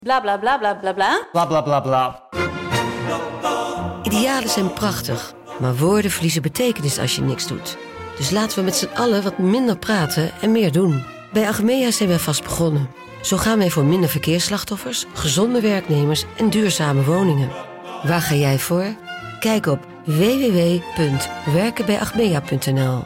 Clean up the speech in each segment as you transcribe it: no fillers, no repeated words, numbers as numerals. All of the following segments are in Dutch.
Bla bla bla bla bla bla. Bla bla bla bla. Idealen zijn prachtig, maar woorden verliezen betekenis als je niks doet. Dus laten we met z'n allen wat minder praten en meer doen. Bij Achmea zijn wij vast begonnen. Zo gaan wij voor minder verkeersslachtoffers, gezonde werknemers en duurzame woningen. Waar ga jij voor? Kijk op www.werkenbijachmea.nl.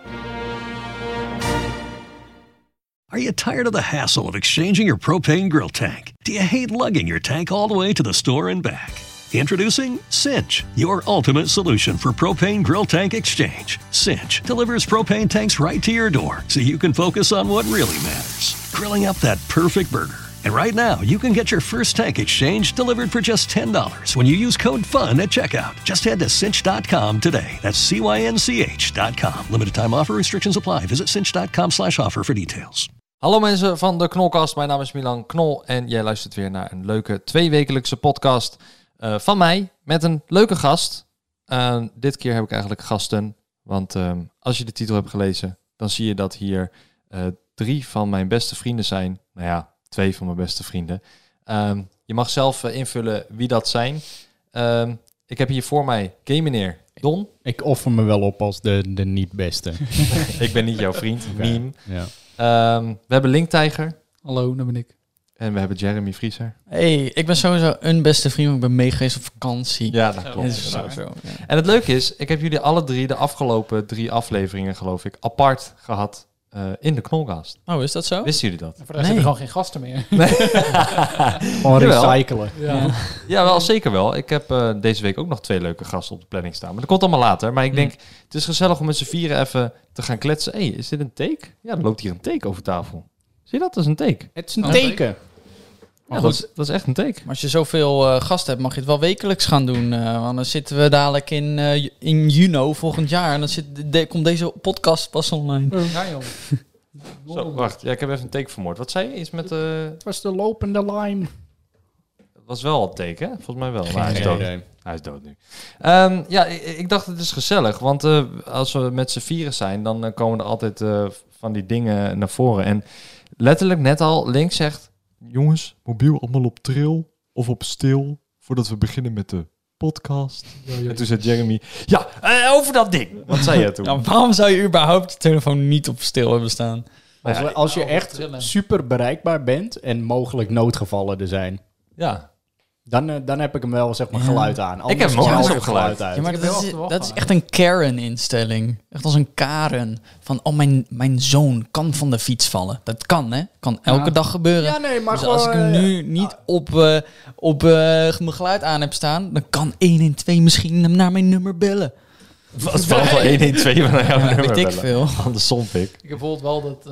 Are you tired of the hassle of exchanging your propane grill tank? Do you hate lugging your tank all the way to the store and back? Introducing Cinch, your ultimate solution for propane grill tank exchange. Cinch delivers propane tanks right to your door so you can focus on what really matters, grilling up that perfect burger. And right now, you can get your first tank exchange delivered for just $10 when you use code FUN at checkout. Just head to cinch.com today. That's CYNCH.com. Limited time offer restrictions apply. Visit cinch.com/offer for details. Hallo mensen van de Knolkast, mijn naam is Milan Knol en jij luistert weer naar een leuke 2-wekelijkse podcast van mij met een leuke gast. Dit keer heb ik eigenlijk gasten, want als je de titel hebt gelezen, dan zie je dat hier 3 van mijn beste vrienden zijn. Nou ja, 2 van mijn beste vrienden. Je mag zelf invullen wie dat zijn. Ik heb hier voor mij meneer Don. Ik offer me wel op als de niet beste. Ik ben niet jouw vriend, Okay. meme. Ja. We hebben Linktijger. Hallo, dat ben ik. En we hebben Jeremy Vrieser. Hey, ik ben sowieso een beste vriend, maar ik ben mee geweest op vakantie. Ja, dat klopt. Dat is sowieso. Ja. En het leuke is, ik heb jullie alle 3 de afgelopen 3 afleveringen, geloof ik, apart gehad in de Knolkast. Oh, is dat zo? Wisten jullie dat? Voor de rest hebben we gewoon geen gasten meer. Gewoon Jawel. recyclen. Ja. Ja, wel, zeker wel. Ik heb deze week ook nog 2 leuke gasten op de planning staan. Maar dat komt allemaal later. Maar ik denk, het is gezellig om met z'n vieren even te gaan kletsen. Hey, is dit een take? Ja, er loopt hier een take over tafel. Zie je dat? Dat is een take. Het is een Oh, teken. Ja, dat is echt een take. Maar als je zoveel gasten hebt, mag je het wel wekelijks gaan doen. Want dan zitten we dadelijk in juni volgend jaar. En dan komt deze podcast pas online. Ja, joh. Zo, wacht. Ja, ik heb even een take vermoord. Wat zei je? Iets met... Het was de lopende lime. Het was wel een take, hè? Volgens mij wel. Maar hij is Geen dood. idee. Hij is dood nu. Ja, ik dacht het is gezellig. Want als we met z'n vieren zijn, dan komen er altijd van die dingen naar voren. En letterlijk net al, Link zegt... Jongens, mobiel allemaal op trill of op stil voordat we beginnen met de podcast. En toen zei Jeremy... Ja, over dat ding. Wat zei je toen? Ja, waarom zou je überhaupt je telefoon niet op stil hebben staan? Als je Oh, echt trillen. super bereikbaar bent en mogelijk noodgevallen er zijn, Ja. dan heb ik hem wel zeg maar Ja. geluid aan. Ik heb hem ook Anders eens haal op ik het geluid. uit. Ja, maar Ik heb dat heel is, af en toe dat is wel echt een Karen-instelling. Echt als een Karen. Van, oh, mijn zoon kan van de fiets vallen. Dat kan, hè? Kan elke dag gebeuren. Ja, nee, maar Dus gewoon... als ik hem nu niet op mijn geluid aan heb staan, dan kan 112 misschien hem naar mijn nummer bellen. Was wel van 112 naar jouw nummer Weet ik bellen. veel. Andersom, pik. Ik heb bijvoorbeeld wel dat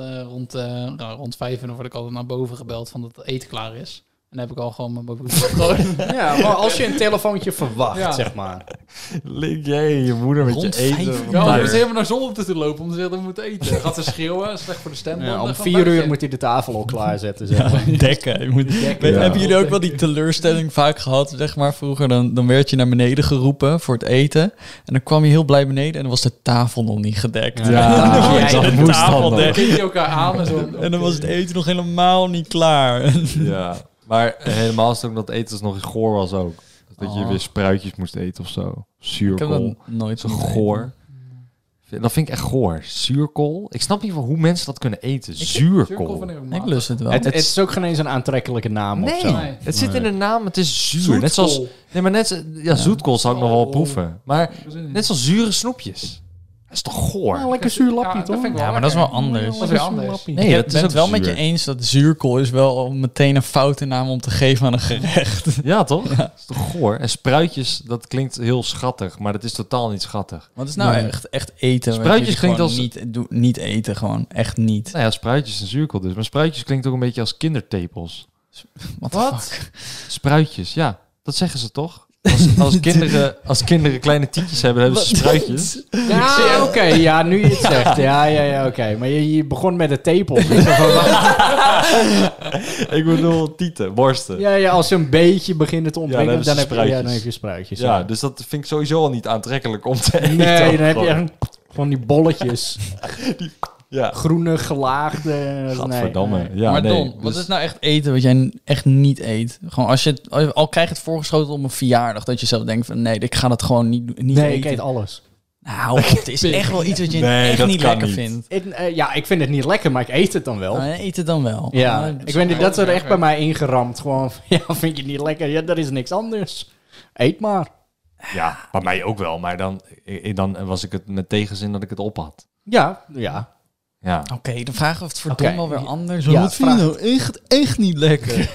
rond 5 uur word ik altijd naar boven gebeld van dat het eten klaar is. En dan heb ik al gewoon mijn mobiel gewoon. Ja, maar als je een telefoontje verwacht, Ja. zeg maar. Link jij je moeder met Rond je eten. 5 uur. Ja, thuis. we moeten helemaal naar zon om te lopen om te zeggen dat we moeten eten. Dan gaat ze schreeuwen, slecht voor de stem. Ja, Dan om gewoon 4 uur buiten. moet hij de tafel al klaarzetten, zeg maar. Dekken. Je moet Dekken, ja. Hebben jullie ook wel die teleurstelling vaak gehad, zeg maar, vroeger? Dan werd je naar beneden geroepen voor het eten. En dan kwam je heel blij beneden en dan was de tafel nog niet gedekt. Ja, dan moest je dat de moest tafel dan nog. dekken. Dan keek je elkaar aan en zo. En dan was het eten nog helemaal niet klaar. Ja, maar helemaal is het ook dat eten nog eens goor was ook. Dat je Oh. weer spruitjes moest eten of zo. Ik heb Zuurkool. dat nooit Zo moeten goor. Dat vind ik echt goor. Zuurkool. Ik snap niet hoe mensen dat kunnen eten. Zuurkool. eten. Ik lust het wel. Het is ook geen eens een aantrekkelijke naam of zo. Nee. Het zit in de naam. Het is zuur. Net zoals... Nee, maar net... Ja, zoetkool zou ik nog wel proeven. Maar net zoals zure snoepjes. Dat is toch goor? Ja, lekker zuur lapje, Ja, dat toch? vind ik Ja, maar dat is wel anders. Dat is weer anders. Nee, Ik dat ben is het ook wel met je zuur. eens dat zuurkool is wel meteen een foute naam om te geven aan een gerecht. Ja, toch? Dat is toch goor? En spruitjes, dat klinkt heel schattig. Maar dat is totaal niet schattig. Wat is nou Nee. echt eten? Spruitjes wat je klinkt gewoon als- niet eten, gewoon. Echt niet. Nou ja, spruitjes en zuurkool dus. Maar spruitjes klinkt ook een beetje als kindertepels. What the fuck? Spruitjes, ja. Dat zeggen ze toch? Als kinderen kleine tietjes hebben ze spruitjes. Ja, oké. Ja, nu je het zegt. Ja, oké. Maar je begon met de tepel. Dus Ik bedoel tieten, borsten. ja, als ze een beetje beginnen te ontwikkelen, hebben ze dan, heb je, spruitjes. dan heb je spruitjes. Ja, dus dat vind ik sowieso al niet aantrekkelijk om te eten. Nee, dan heb je Gewoon. echt gewoon die bolletjes. Ja. groene gelaagde. Gadverdamme. Nee. Ja, maar nee, Don, wat dus- is nou echt eten wat jij echt niet eet? Gewoon als je al krijg je het voorgeschoten op een verjaardag, dat je zelf denkt van nee, ik ga dat gewoon niet Nee, eten. ik eet alles. Nou, het is echt wel iets wat je Nee, echt dat niet kan lekker niet. vindt. Ik vind het niet lekker, maar ik eet het dan wel. Nou, eet het dan wel. Ja, Maar- ik weet niet, dat is er echt bij mij ingeramd. Gewoon, vind je het niet lekker? Ja, er is niks anders. Eet maar. Ja, bij mij ook wel. Maar dan was ik het met tegenzin dat ik het op had. Ja. Ja. Oké, dan vragen we het voor Oké. Don wel weer anders. Ja, Wat vind je nou echt niet lekker?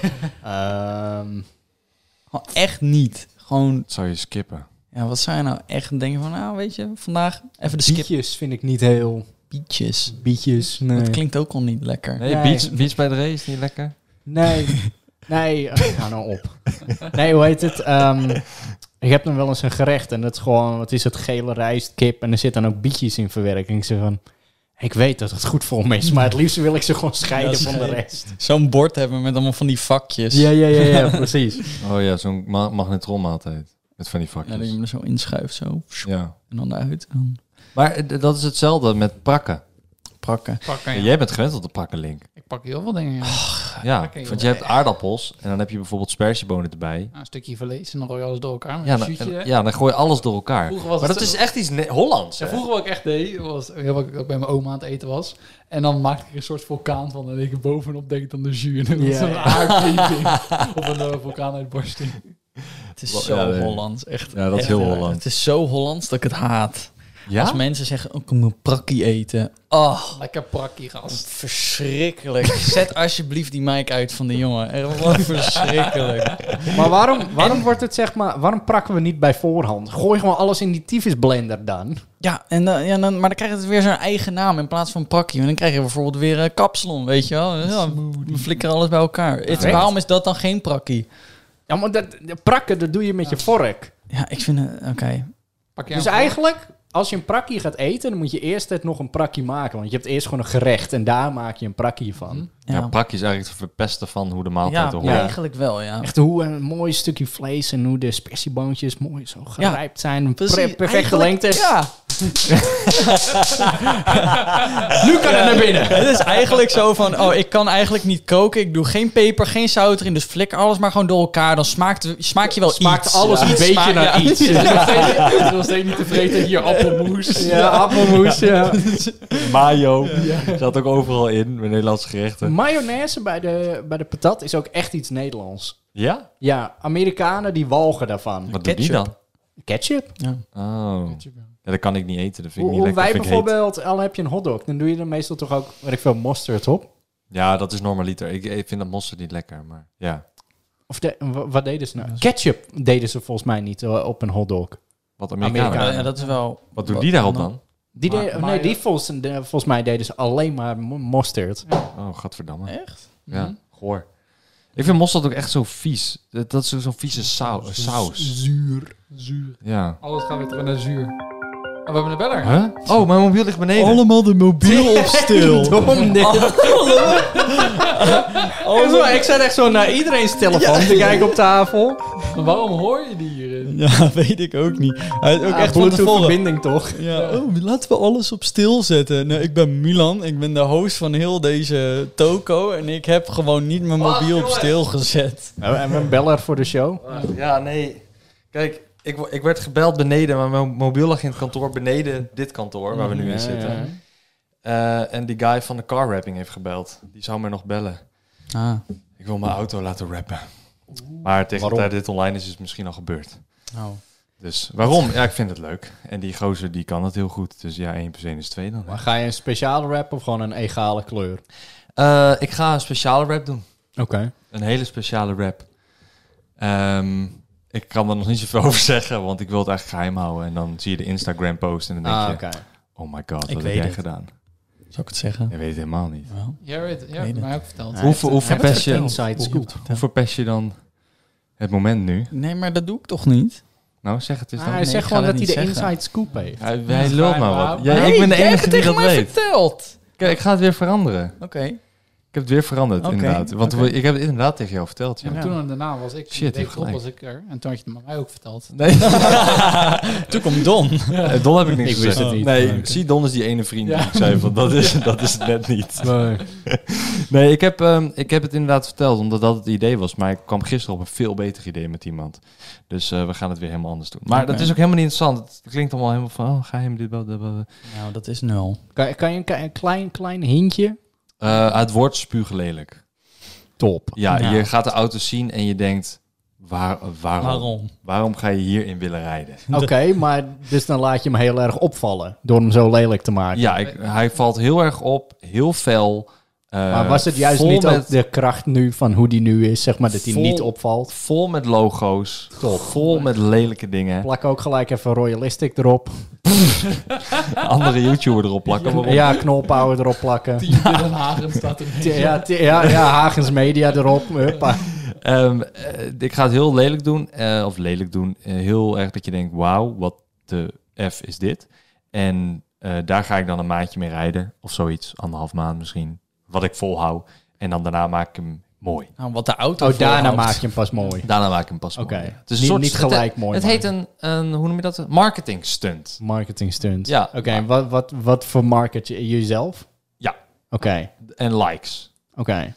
Gewoon echt niet. Gewoon, Dat zou je skippen. ja, wat zou je nou echt denken van, nou weet je, vandaag even de skip. Bietjes vind ik niet heel... Bietjes. Bietjes, nee. Dat klinkt ook al niet lekker. Nee, Nee. beach bij de race is niet lekker. Nee, ga nou op. Nee, hoe heet het? Ik heb dan wel eens een gerecht en dat is gewoon, wat is het, gele rijst, kip en er zit dan ook bietjes in verwerking. Ik zeg van, ik weet dat het goed voor me is, maar het liefst wil ik ze gewoon scheiden van de rest. Zo'n bord hebben met allemaal van die vakjes. Ja, precies. Oh ja, zo'n magnetronmaaltijd. Met van die Ja, dat vakjes. je hem er zo inschuift, zo. Ja. En dan eruit. En dan Maar dat is hetzelfde met prakken. prakken. Pakken, ja. Jij bent gewend om te prakken, Link. Ik pak heel veel dingen. Ja. Ja, prakken, want joh. je hebt aardappels en dan heb je bijvoorbeeld spersiebonen erbij. Nou, een stukje vlees en dan gooi je alles door elkaar. Met Ja, een dan, shootje. dan gooi je alles door elkaar. Vroeger was Maar het dat zo- is echt iets Hollands. Ja, hè? vroeger wat ik echt deed, was wat ik ook bij mijn oma aan het eten was. En dan maakte ik een soort vulkaan van. En dan ik bovenop denk ik dan de jus. En dan Ja. zo'n aardbeving. Of een vulkaanuitbarsting. Het is Ja, zo nee. Hollands. Echt, Ja, dat is echt, heel Hollands. Het is zo Hollands dat ik het haat. Ja? Als mensen zeggen, ik moet een prakkie eten. Oh, Lekker prakkie, gast. verschrikkelijk. Zet alsjeblieft die mic uit van de jongen. Echt, wat verschrikkelijk. Maar waarom wordt het, zeg maar, waarom prakken we niet bij voorhand? Gooi gewoon alles in die tyfusblender dan. Ja, en maar dan krijgt het weer zijn eigen naam in plaats van prakkie. En dan krijg je bijvoorbeeld weer kapsalon, weet je wel. Ja, we flikkeren alles bij elkaar. Waarom is dat dan geen prakkie? Ja, maar dat prakken, dat doe je met je vork. Ja, ik vind het... Oké. Pak je Dus een- eigenlijk, als je een prakkie gaat eten, dan moet je eerst het nog een prakkie maken. Want je hebt eerst gewoon een gerecht en daar maak je een prakkie van. Ja, prakje is eigenlijk het verpesten van hoe de maaltijd Ja, er hoort. eigenlijk wel, ja. Echt hoe een mooi stukje vlees en hoe de spersieboontjes mooi zo gerijpt zijn. Een Precies. perfecte Eigenlijk- lengte. Ja, Nu kan het naar binnen. het is eigenlijk zo van, oh, ik kan eigenlijk niet koken. Ik doe geen peper, geen zout erin. Dus flikker alles maar gewoon door elkaar. Dan smaak je wel Smaakt iets. alles een beetje smaakt- naar ja. iets. Ik ben nog steeds niet tevreden. Hier appelmoes. Ja, appelmoes, ja. Mayo zat ook overal in, met Nederlandse gerechten. Mayonaise bij de patat is ook echt iets Nederlands. Ja? Ja, Amerikanen die walgen daarvan. Wat doet die Ketchup. dan? Ketchup. Oh. Ja, dat kan ik niet eten. Dat vind ik Hoe niet wij lekker. vind ik heet. bijvoorbeeld, al heb je een hotdog, dan doe je er meestal toch ook, weet ik veel, mosterd op. Ja, dat is normaliter. Ik vind dat mosterd niet lekker, maar ja. Of wat deden ze nou? Ketchup deden ze volgens mij niet op een hotdog. Wat Amerikanen. Amerikanen. Ja, dat is wel... Wat doen die daarop dan? Die Maar- volgens mij deden ze alleen maar mosterd. Oh, gadverdamme. Echt? Ja, goor. Ik vind mosterd ook echt zo vies. Dat is zo'n vieze saus. Zuur. Ja. Alles gaat weer terug naar zuur. Oh, we hebben een beller. Huh? Oh, mijn mobiel ligt beneden. Allemaal de mobiel op stil. Dom dit. Ik zet echt zo naar iedereen's telefoon te kijken op tafel. Maar waarom hoor je die hierin? Ja, weet ik ook niet. Hij is ook echt van tevoren. Bluetooth-verbinding toch? Ja, laten we alles op stil zetten. Nou, ik ben Milan, ik ben de host van heel deze toko en ik heb gewoon niet mijn mobiel op stil gezet. En we hebben een beller voor de show. Ja, nee. Kijk, ik werd gebeld beneden, maar mijn mobiel lag in het kantoor beneden dit kantoor, waar we nu in zitten. En die guy van de car rapping heeft gebeld. Die zou mij nog bellen. Ah, Ik wil mijn auto laten rappen. Maar tegen de tijd dit online is het misschien al gebeurd. nou. Dus waarom? Ja, ik vind het leuk. En die gozer die kan het heel goed. Dus ja, 1 + 1 is 2 dan. Maar ga je een speciale rap of gewoon een egale kleur? Ik ga een speciale rap doen. Oké. Een hele speciale rap. Ik kan er nog niet zoveel over zeggen, want ik wil het eigenlijk geheim houden. En dan zie je de Instagram post en dan denk je... Oké. Oh my god, Ik wat weet heb jij het. gedaan? Zal ik het zeggen? Je weet het helemaal niet. Wel. Jij weet, ja, Weet het. mij ook verteld. Hoe verpest je... Inside scoop. Hoe verpest je dan het moment nu? Nee, maar dat doe ik toch niet? Nou, zeg het eens dan. Hij nee, zegt ik gewoon ga dat hij dat de niet zeggen. inside scoop heeft. Hij lult maar wat. Ja, Nee, ik ben de jij hebt enige het die tegen dat mij weet. verteld. Kijk, ik ga het weer veranderen. Oké. Ik heb het weer veranderd, Oké, inderdaad. Want oké. ik heb het inderdaad tegen jou verteld. Ja. En toen en daarna was ik, Shit, die je week hebt erop gelijk. was ik er. En toen had je het met mij ook verteld. Nee, Toen komt Don. Don heb ik niks Ik gezegd. wist het niet. Nee, Oké. zie Don is die ene vriend. Ja. Die ik zei van, dat is het net niet. Nee. Nee, ik heb het inderdaad verteld, omdat dat het idee was. Maar ik kwam gisteren op een veel beter idee met iemand. Dus we gaan het weer helemaal anders doen. Maar Oké. dat is ook helemaal niet interessant. Het klinkt allemaal helemaal van, oh, ga je hem dit wel... Nou, dat is 0. Kan je een klein hintje? het woord spugen lelijk. Top. Ja, Nou. je gaat de auto zien en je denkt, waarom? Waarom? Waarom ga je hierin willen rijden? Oké, maar dus dan laat je hem heel erg opvallen door hem zo lelijk te maken. Ja, hij valt heel erg op, heel fel. Maar was het juist vol niet ook met- de kracht nu van hoe die nu is, zeg maar, dat hij Vol- niet opvalt? Vol met logo's, vol met lelijke dingen. Plak ook gelijk even Royalistic erop. Andere YouTuber erop plakken. Waarom? Ja, knolpower erop plakken. Dylan Hagen staat er. Ja, Hagens Media erop. Huppa. Ik ga het heel lelijk doen. Of lelijk doen. Heel erg dat je denkt, wauw, wat de F is dit? En daar ga ik dan een maandje mee rijden. Of zoiets, 1,5 maand misschien. Wat ik volhou. En dan daarna maak ik hem mooi. Nou, wat de auto Oh, daarna voorhoudt. maak je hem pas mooi. Daarna maak ik hem pas Oké. mooi. Het is Niet gelijk mooi Het heet een, hoe noem je dat? Marketing stunt. Marketing stunt. Ja. Oké, wat voor market je jezelf? Ja. Oké, En likes. oké.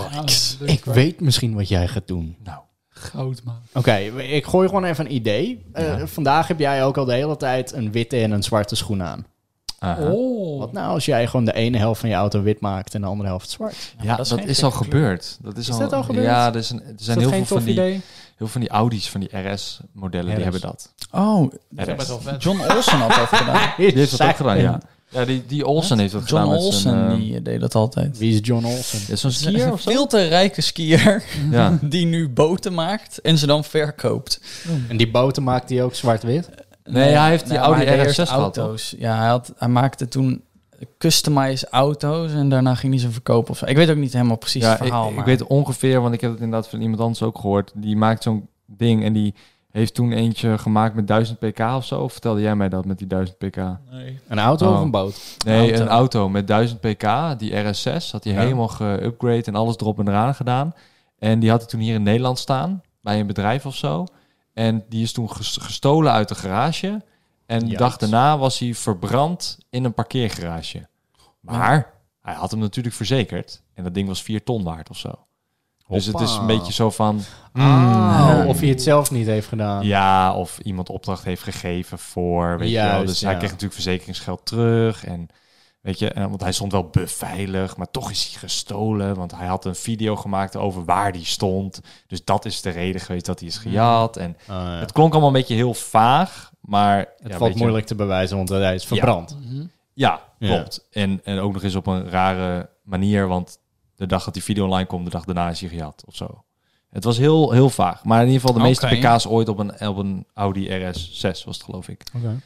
Ik weet misschien wat jij gaat doen. Nou. Goud, man. Oké, ik gooi gewoon even een idee. Vandaag heb jij ook al de hele tijd een witte en een zwarte schoen aan. Aha. Oh. Wat nou als jij gewoon de ene helft van je auto wit maakt en de andere helft zwart? Ja, dat is dat geen is al gekke gebeurd. Dat is dat al gebeurd? Ja, er zijn Is dat heel geen veel van tof die, idee? heel veel van die Audi's, van die RS-modellen, die RS. hebben dat. Oh, Dat is best wel vet. John Olsen had dat gedaan. Die heeft dat ook gedaan, ja. Ja, die Olsen heeft dat John gedaan. met Olsen, zijn, die deed dat altijd. Wie is John Olsen? is zo'n Dat is een skier of zo? veel te rijke skier Ja. die nu boten maakt en ze dan verkoopt. En die boten maakt hij ook zwart-wit? Nee, hij heeft die maar Audi hij deed RS6 eerst gehad, auto's. Ja, hij maakte toen customized auto's en daarna ging hij ze verkopen of zo. Ik weet ook niet helemaal precies het verhaal. ik maar weet ongeveer, want ik heb het inderdaad van iemand anders ook gehoord. Die maakt zo'n ding en die heeft toen eentje gemaakt met 1000 pk of zo. Of vertelde jij mij dat met die 1000 pk? Een auto Oh. of een boot? Nee, Auto. een auto met 1000 pk, die RS6, had hij Ja. helemaal geupgrade en alles erop en eraan gedaan. En die had hij toen hier in Nederland staan, bij een bedrijf of zo. En die is toen gestolen uit de garage. En de Yikes. dag daarna was hij verbrand in een parkeergarage. Maar hij had hem natuurlijk verzekerd. En dat ding was 4 ton waard of zo. Dus het is een beetje zo van... Of hij het zelf niet heeft gedaan. Ja, of iemand opdracht heeft gegeven voor, weet je wel. Juist, Dus ja. hij kreeg natuurlijk verzekeringsgeld terug. En weet je, want hij stond wel beveiligd, maar toch is hij gestolen. Want hij had een video gemaakt over waar die stond. Dus dat is de reden geweest dat hij is gejat. En het klonk allemaal een beetje heel vaag, maar... Het valt moeilijk te bewijzen, want hij is verbrand. Ja, Ja. klopt. En ook nog eens op een rare manier, want de dag dat die video online komt, de dag daarna is hij gejat of zo. Het was heel, heel vaag. Maar in ieder geval de meeste Oké. pk's ooit op een Audi RS6 was het, geloof ik.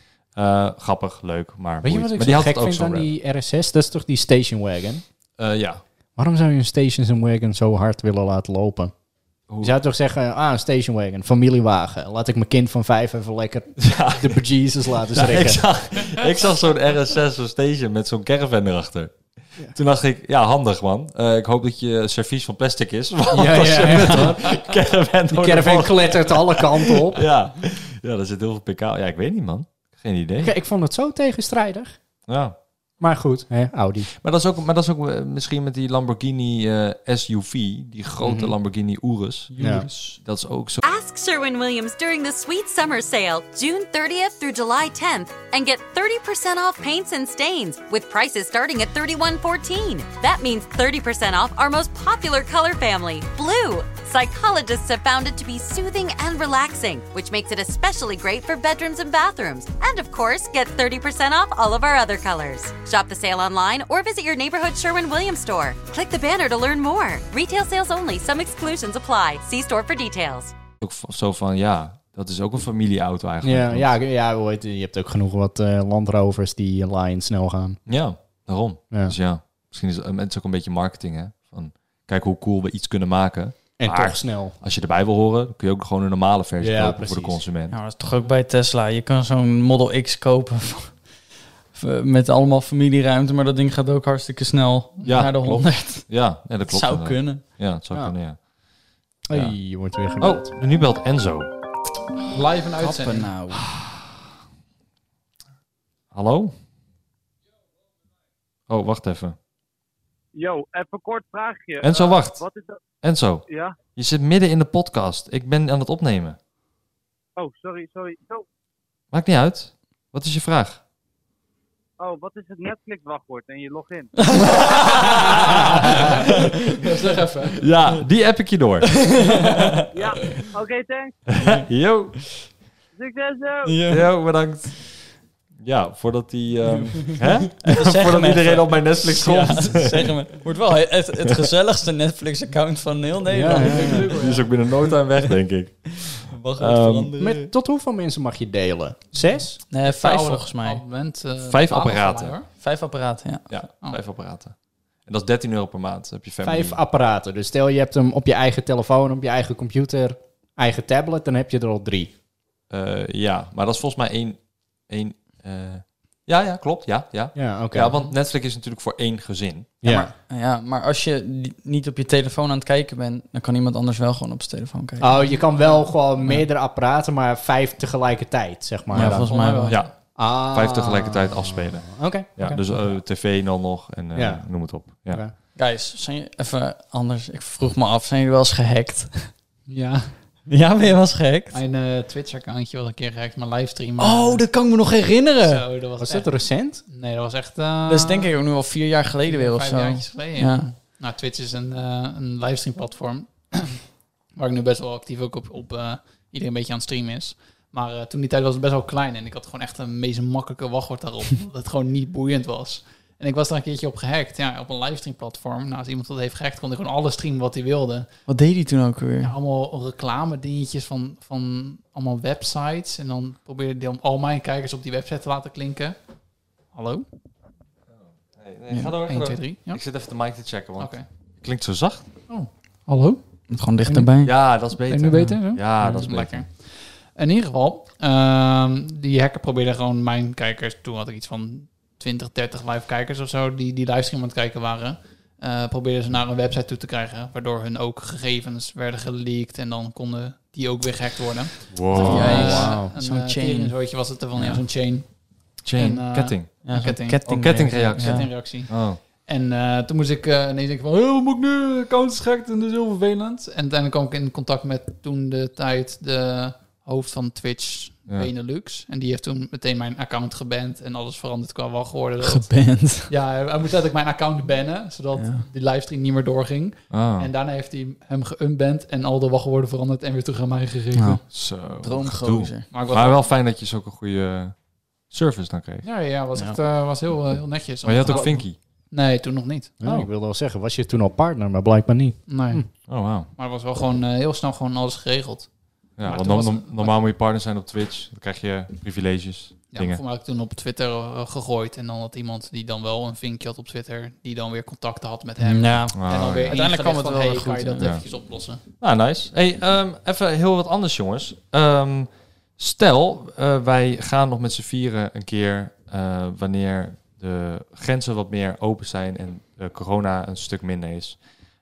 Grappig, leuk, maar Weet je boeit. wat ik Maar zo die had gek het ook vind zo aan rap. die RS6? Dat is toch die station wagon? Ja. Waarom zou je een station wagon zo hard willen laten lopen? Hoe- Je zou toch zeggen, een station wagon, familiewagen. Laat ik mijn kind van 5 even lekker de bejesus laten Ja, schrikken. ik zag zo'n RS6, zo'n station met zo'n caravan erachter. Toen dacht ik, ja, handig man. Ik hoop dat je servies van plastic is. Want als je met een caravan Die caravan klettert alle kanten op. Ja, daar zit heel veel pk. Ja, ik weet niet man. Geen idee. Ik vond het zo tegenstrijdig. Ja. Maar goed, hè, Audi. Maar dat is ook misschien met die Lamborghini SUV, die grote Lamborghini Urus. Ja. Dat is ook zo. Ask Sherwin-Williams during the Sweet Summer Sale, June 30th through July 10th, and get 30% off paints and stains with prices starting at $31.14. That means 30% off our most popular color family, blue. Psychologists have found it to be soothing and relaxing, which makes it especially great for bedrooms and bathrooms. And of course, get 30% off all of our other colors. Shop the sale online or visit your neighborhood Sherwin-Williams store. Click the banner to learn more. Retail sales only. Some exclusions apply. See store for details. Ook zo van, ja, dat is ook een familieauto eigenlijk. Ja, hoe heet het? Je hebt ook genoeg wat Land Rovers die Lion snel gaan. Ja, daarom. Ja. Dus ja, misschien is het ook een beetje marketing, hè. Van, kijk hoe cool we iets kunnen maken. En Maar toch snel. als je erbij wil horen, kun je ook gewoon een normale versie Ja, kopen precies. voor de consument. Nou, dat is toch ook bij Tesla. Je kan zo'n Model X kopen met allemaal familieruimte, maar dat ding gaat ook hartstikke snel naar de klopt. 100. Ja, dat klopt. Zou inderdaad. kunnen. Ja, het zou kunnen, ja. Hey, je wordt weer gebeld. Oh, nu belt Enzo. Live een Kappen uitzending. nou. Hallo? Oh, wacht even. Yo, even kort vraagje. Enzo, wacht. Wat is dat? Enzo, Ja? je zit midden in de podcast. Ik ben aan het opnemen. Oh, sorry. Oh, Maakt niet uit. Wat is je vraag? wat is het Netflix-wachtwoord en je login? Zeg even. Ja, die app ik je door. Ja, oké, thanks. Yo. Succes zo! Yo, bedankt. Ja, voordat die... hè? Zeg Voordat hem iedereen even. op mijn Netflix komt. Ja, zeg me. Wordt wel het gezelligste Netflix-account van heel Nederland. Die is ook binnen no time weg, denk ik. Wacht, veranderen. Met tot hoeveel mensen mag je delen? 6? Nee, 5 volgens mij. 5 apparaten. 5 apparaten, ja. Ja, 5 apparaten. En dat is €13 per maand. Heb je family. 5 apparaten. Dus stel je hebt hem op je eigen telefoon, op je eigen computer, eigen tablet, dan heb je er al 3. Ja, maar dat is volgens mij één. Ja, klopt. Ja. Ja, oké. Ja, want Netflix is natuurlijk voor 1 gezin. Ja, maar als je niet op je telefoon aan het kijken bent, dan kan iemand anders wel gewoon op zijn telefoon kijken. Oh, je kan wel gewoon meerdere apparaten, maar 5 tegelijkertijd, zeg maar. Ja, volgens mij wel. Ja, Ah. 5 tegelijkertijd afspelen. Oké. Ja, oké. dus tv dan nog en Ja. noem het op. Ja. Oké. Guys, zijn je even anders? Ik vroeg me af, zijn jullie wel eens gehackt? Ja, Ja, ben je wel eens gehackt? mijn Twitch-accountje was een keer gehackt, mijn livestream. Oh, dat kan ik me nog herinneren. Zo, dat Was echt- dat recent? Nee, dat was echt... Dat is denk ik ook nu al 4 jaar geleden weer of 5 zo. jaartjes geleden, Ja. ja. Nou, Twitch is een livestream-platform waar ik nu best wel actief ook op iedereen een beetje aan het streamen is. Maar toen die tijd was het best wel klein en ik had gewoon echt een meest makkelijke wachtwoord daarop. Dat het gewoon niet boeiend was. En ik was daar een keertje op gehackt, ja, op een livestream-platform. Nou, als iemand dat heeft gehackt, kon hij gewoon alles streamen wat hij wilde. Wat deed hij toen ook weer? Ja, allemaal reclame dingetjes van allemaal websites. En dan probeerde hij om al mijn kijkers op die website te laten klinken. Hallo? Nee, ga door. 1, 2, 3. Ja? Ik zit even de mic te checken, want Oké. het klinkt zo zacht. Hallo? Gewoon dichterbij. Ja, dat is beter. En nu beter? Zo? Ja, dat is beter. Lekker. In ieder geval, die hacker probeerde gewoon mijn kijkers, toen had ik iets van 20, 30 live kijkers of zo, die livestream aan het kijken waren, probeerden ze naar een website toe te krijgen, waardoor hun ook gegevens werden geleakt en dan konden die ook weer gehackt worden. Wow. Wauw. Een Zo'n chain. Een zootje was het ervan, ja, zo'n chain. Chain, En, ketting. Ja, zo'n ketting. Kettingreactie. Ja. Kettingreactie. Oh. En toen moest ik ineens denken van, wat moet ik nu? Account is gehackt en dat is heel vervelend. En uiteindelijk kwam ik in contact met toen de tijd de hoofd van Twitch, Ja. Benelux. En die heeft toen meteen mijn account geband en alles veranderd qua wachtwoorden. Geband. Ja, hij moest letterlijk mijn account bannen, zodat Ja. die livestream niet meer doorging. Oh. En daarna heeft hij hem geunband en al de wachtwoorden veranderd en weer terug aan mij gegeven. Nou, Zo. droomgozer. Maar ik was Maar wel fijn dat je zulke goede service dan kreeg. Ja, was Ja. echt was heel netjes. Maar je had ook Vinky. Nee, toen nog niet. Ja, ik wilde wel zeggen, was je toen al partner, maar blijkbaar niet. Nee. Oh, wauw. Maar het was wel gewoon heel snel gewoon alles geregeld. Ja, Maar want toen was- normaal moet je partner zijn op Twitch. Dan krijg je privileges, Ja, dingen. voor mij had ik toen op Twitter gegooid. En dan had iemand die dan wel een vinkje had op Twitter, die dan weer contacten had met hem. Ja. En dan weer ja. Uiteindelijk kwam het wel hey, weer kan je goed, dat ja. eventjes oplossen? Ah, nice. Hey, even heel wat anders, jongens. Stel, wij gaan nog met z'n vieren een keer, wanneer de grenzen wat meer open zijn en corona een stuk minder is,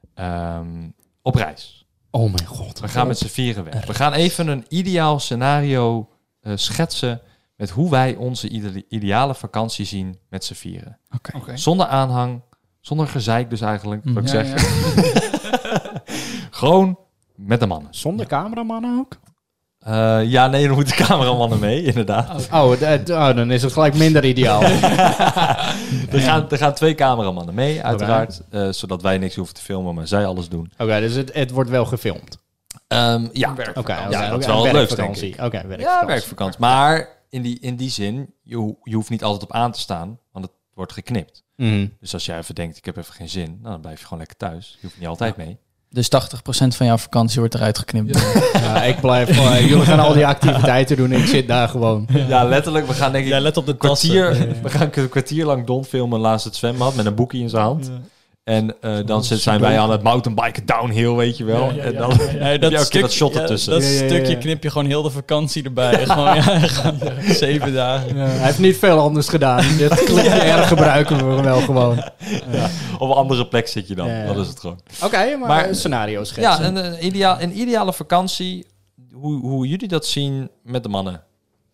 op reis. Oh mijn god. We gaan met z'n vieren weg. We gaan even een ideaal scenario schetsen met hoe wij onze ideale vakantie zien met z'n vieren. Oké. Zonder aanhang, zonder gezeik dus eigenlijk, wat ik Ja, zeg. Gewoon met de mannen. Zonder cameramannen ook? Ja, nee, dan moeten cameramannen mee, inderdaad. Dan is het gelijk minder ideaal. Er gaan 2 cameramannen mee, uiteraard. Zodat wij niks hoeven te filmen, maar zij alles doen. Oké, dus het wordt wel gefilmd. Ja, Oké, Ja, dat is wel het leukste, denk ik. Oké, werkvakantie. Ja, werkvakantie. Maar in die zin, je hoeft niet altijd op aan te staan, want het wordt geknipt. Mhm. Dus als jij even denkt, ik heb even geen zin, nou, dan blijf je gewoon lekker thuis. Je hoeft niet altijd mee. Dus 80% van jouw vakantie wordt eruit geknipt. Ja, ik blijf gewoon... jullie gaan al die activiteiten doen en ik zit daar gewoon. Ja, letterlijk. We gaan denk ik Ja, let op de we gaan een kwartier lang Don filmen naast het zwembad met een boekje in zijn hand. En dan zijn wij aan het mountainbiken downhill, weet je wel. En dan heb je elke keer dat shot ertussen. Dat stukje knip je gewoon heel de vakantie erbij. Gewoon 7 dagen. Hij heeft niet veel anders gedaan. Dit clipje erg gebruiken we wel gewoon. Ja. Op een andere plek zit je dan. Ja. Dat is het gewoon. Oké, maar scenario schetsen. Ja, een ideale vakantie. Hoe jullie dat zien met de mannen.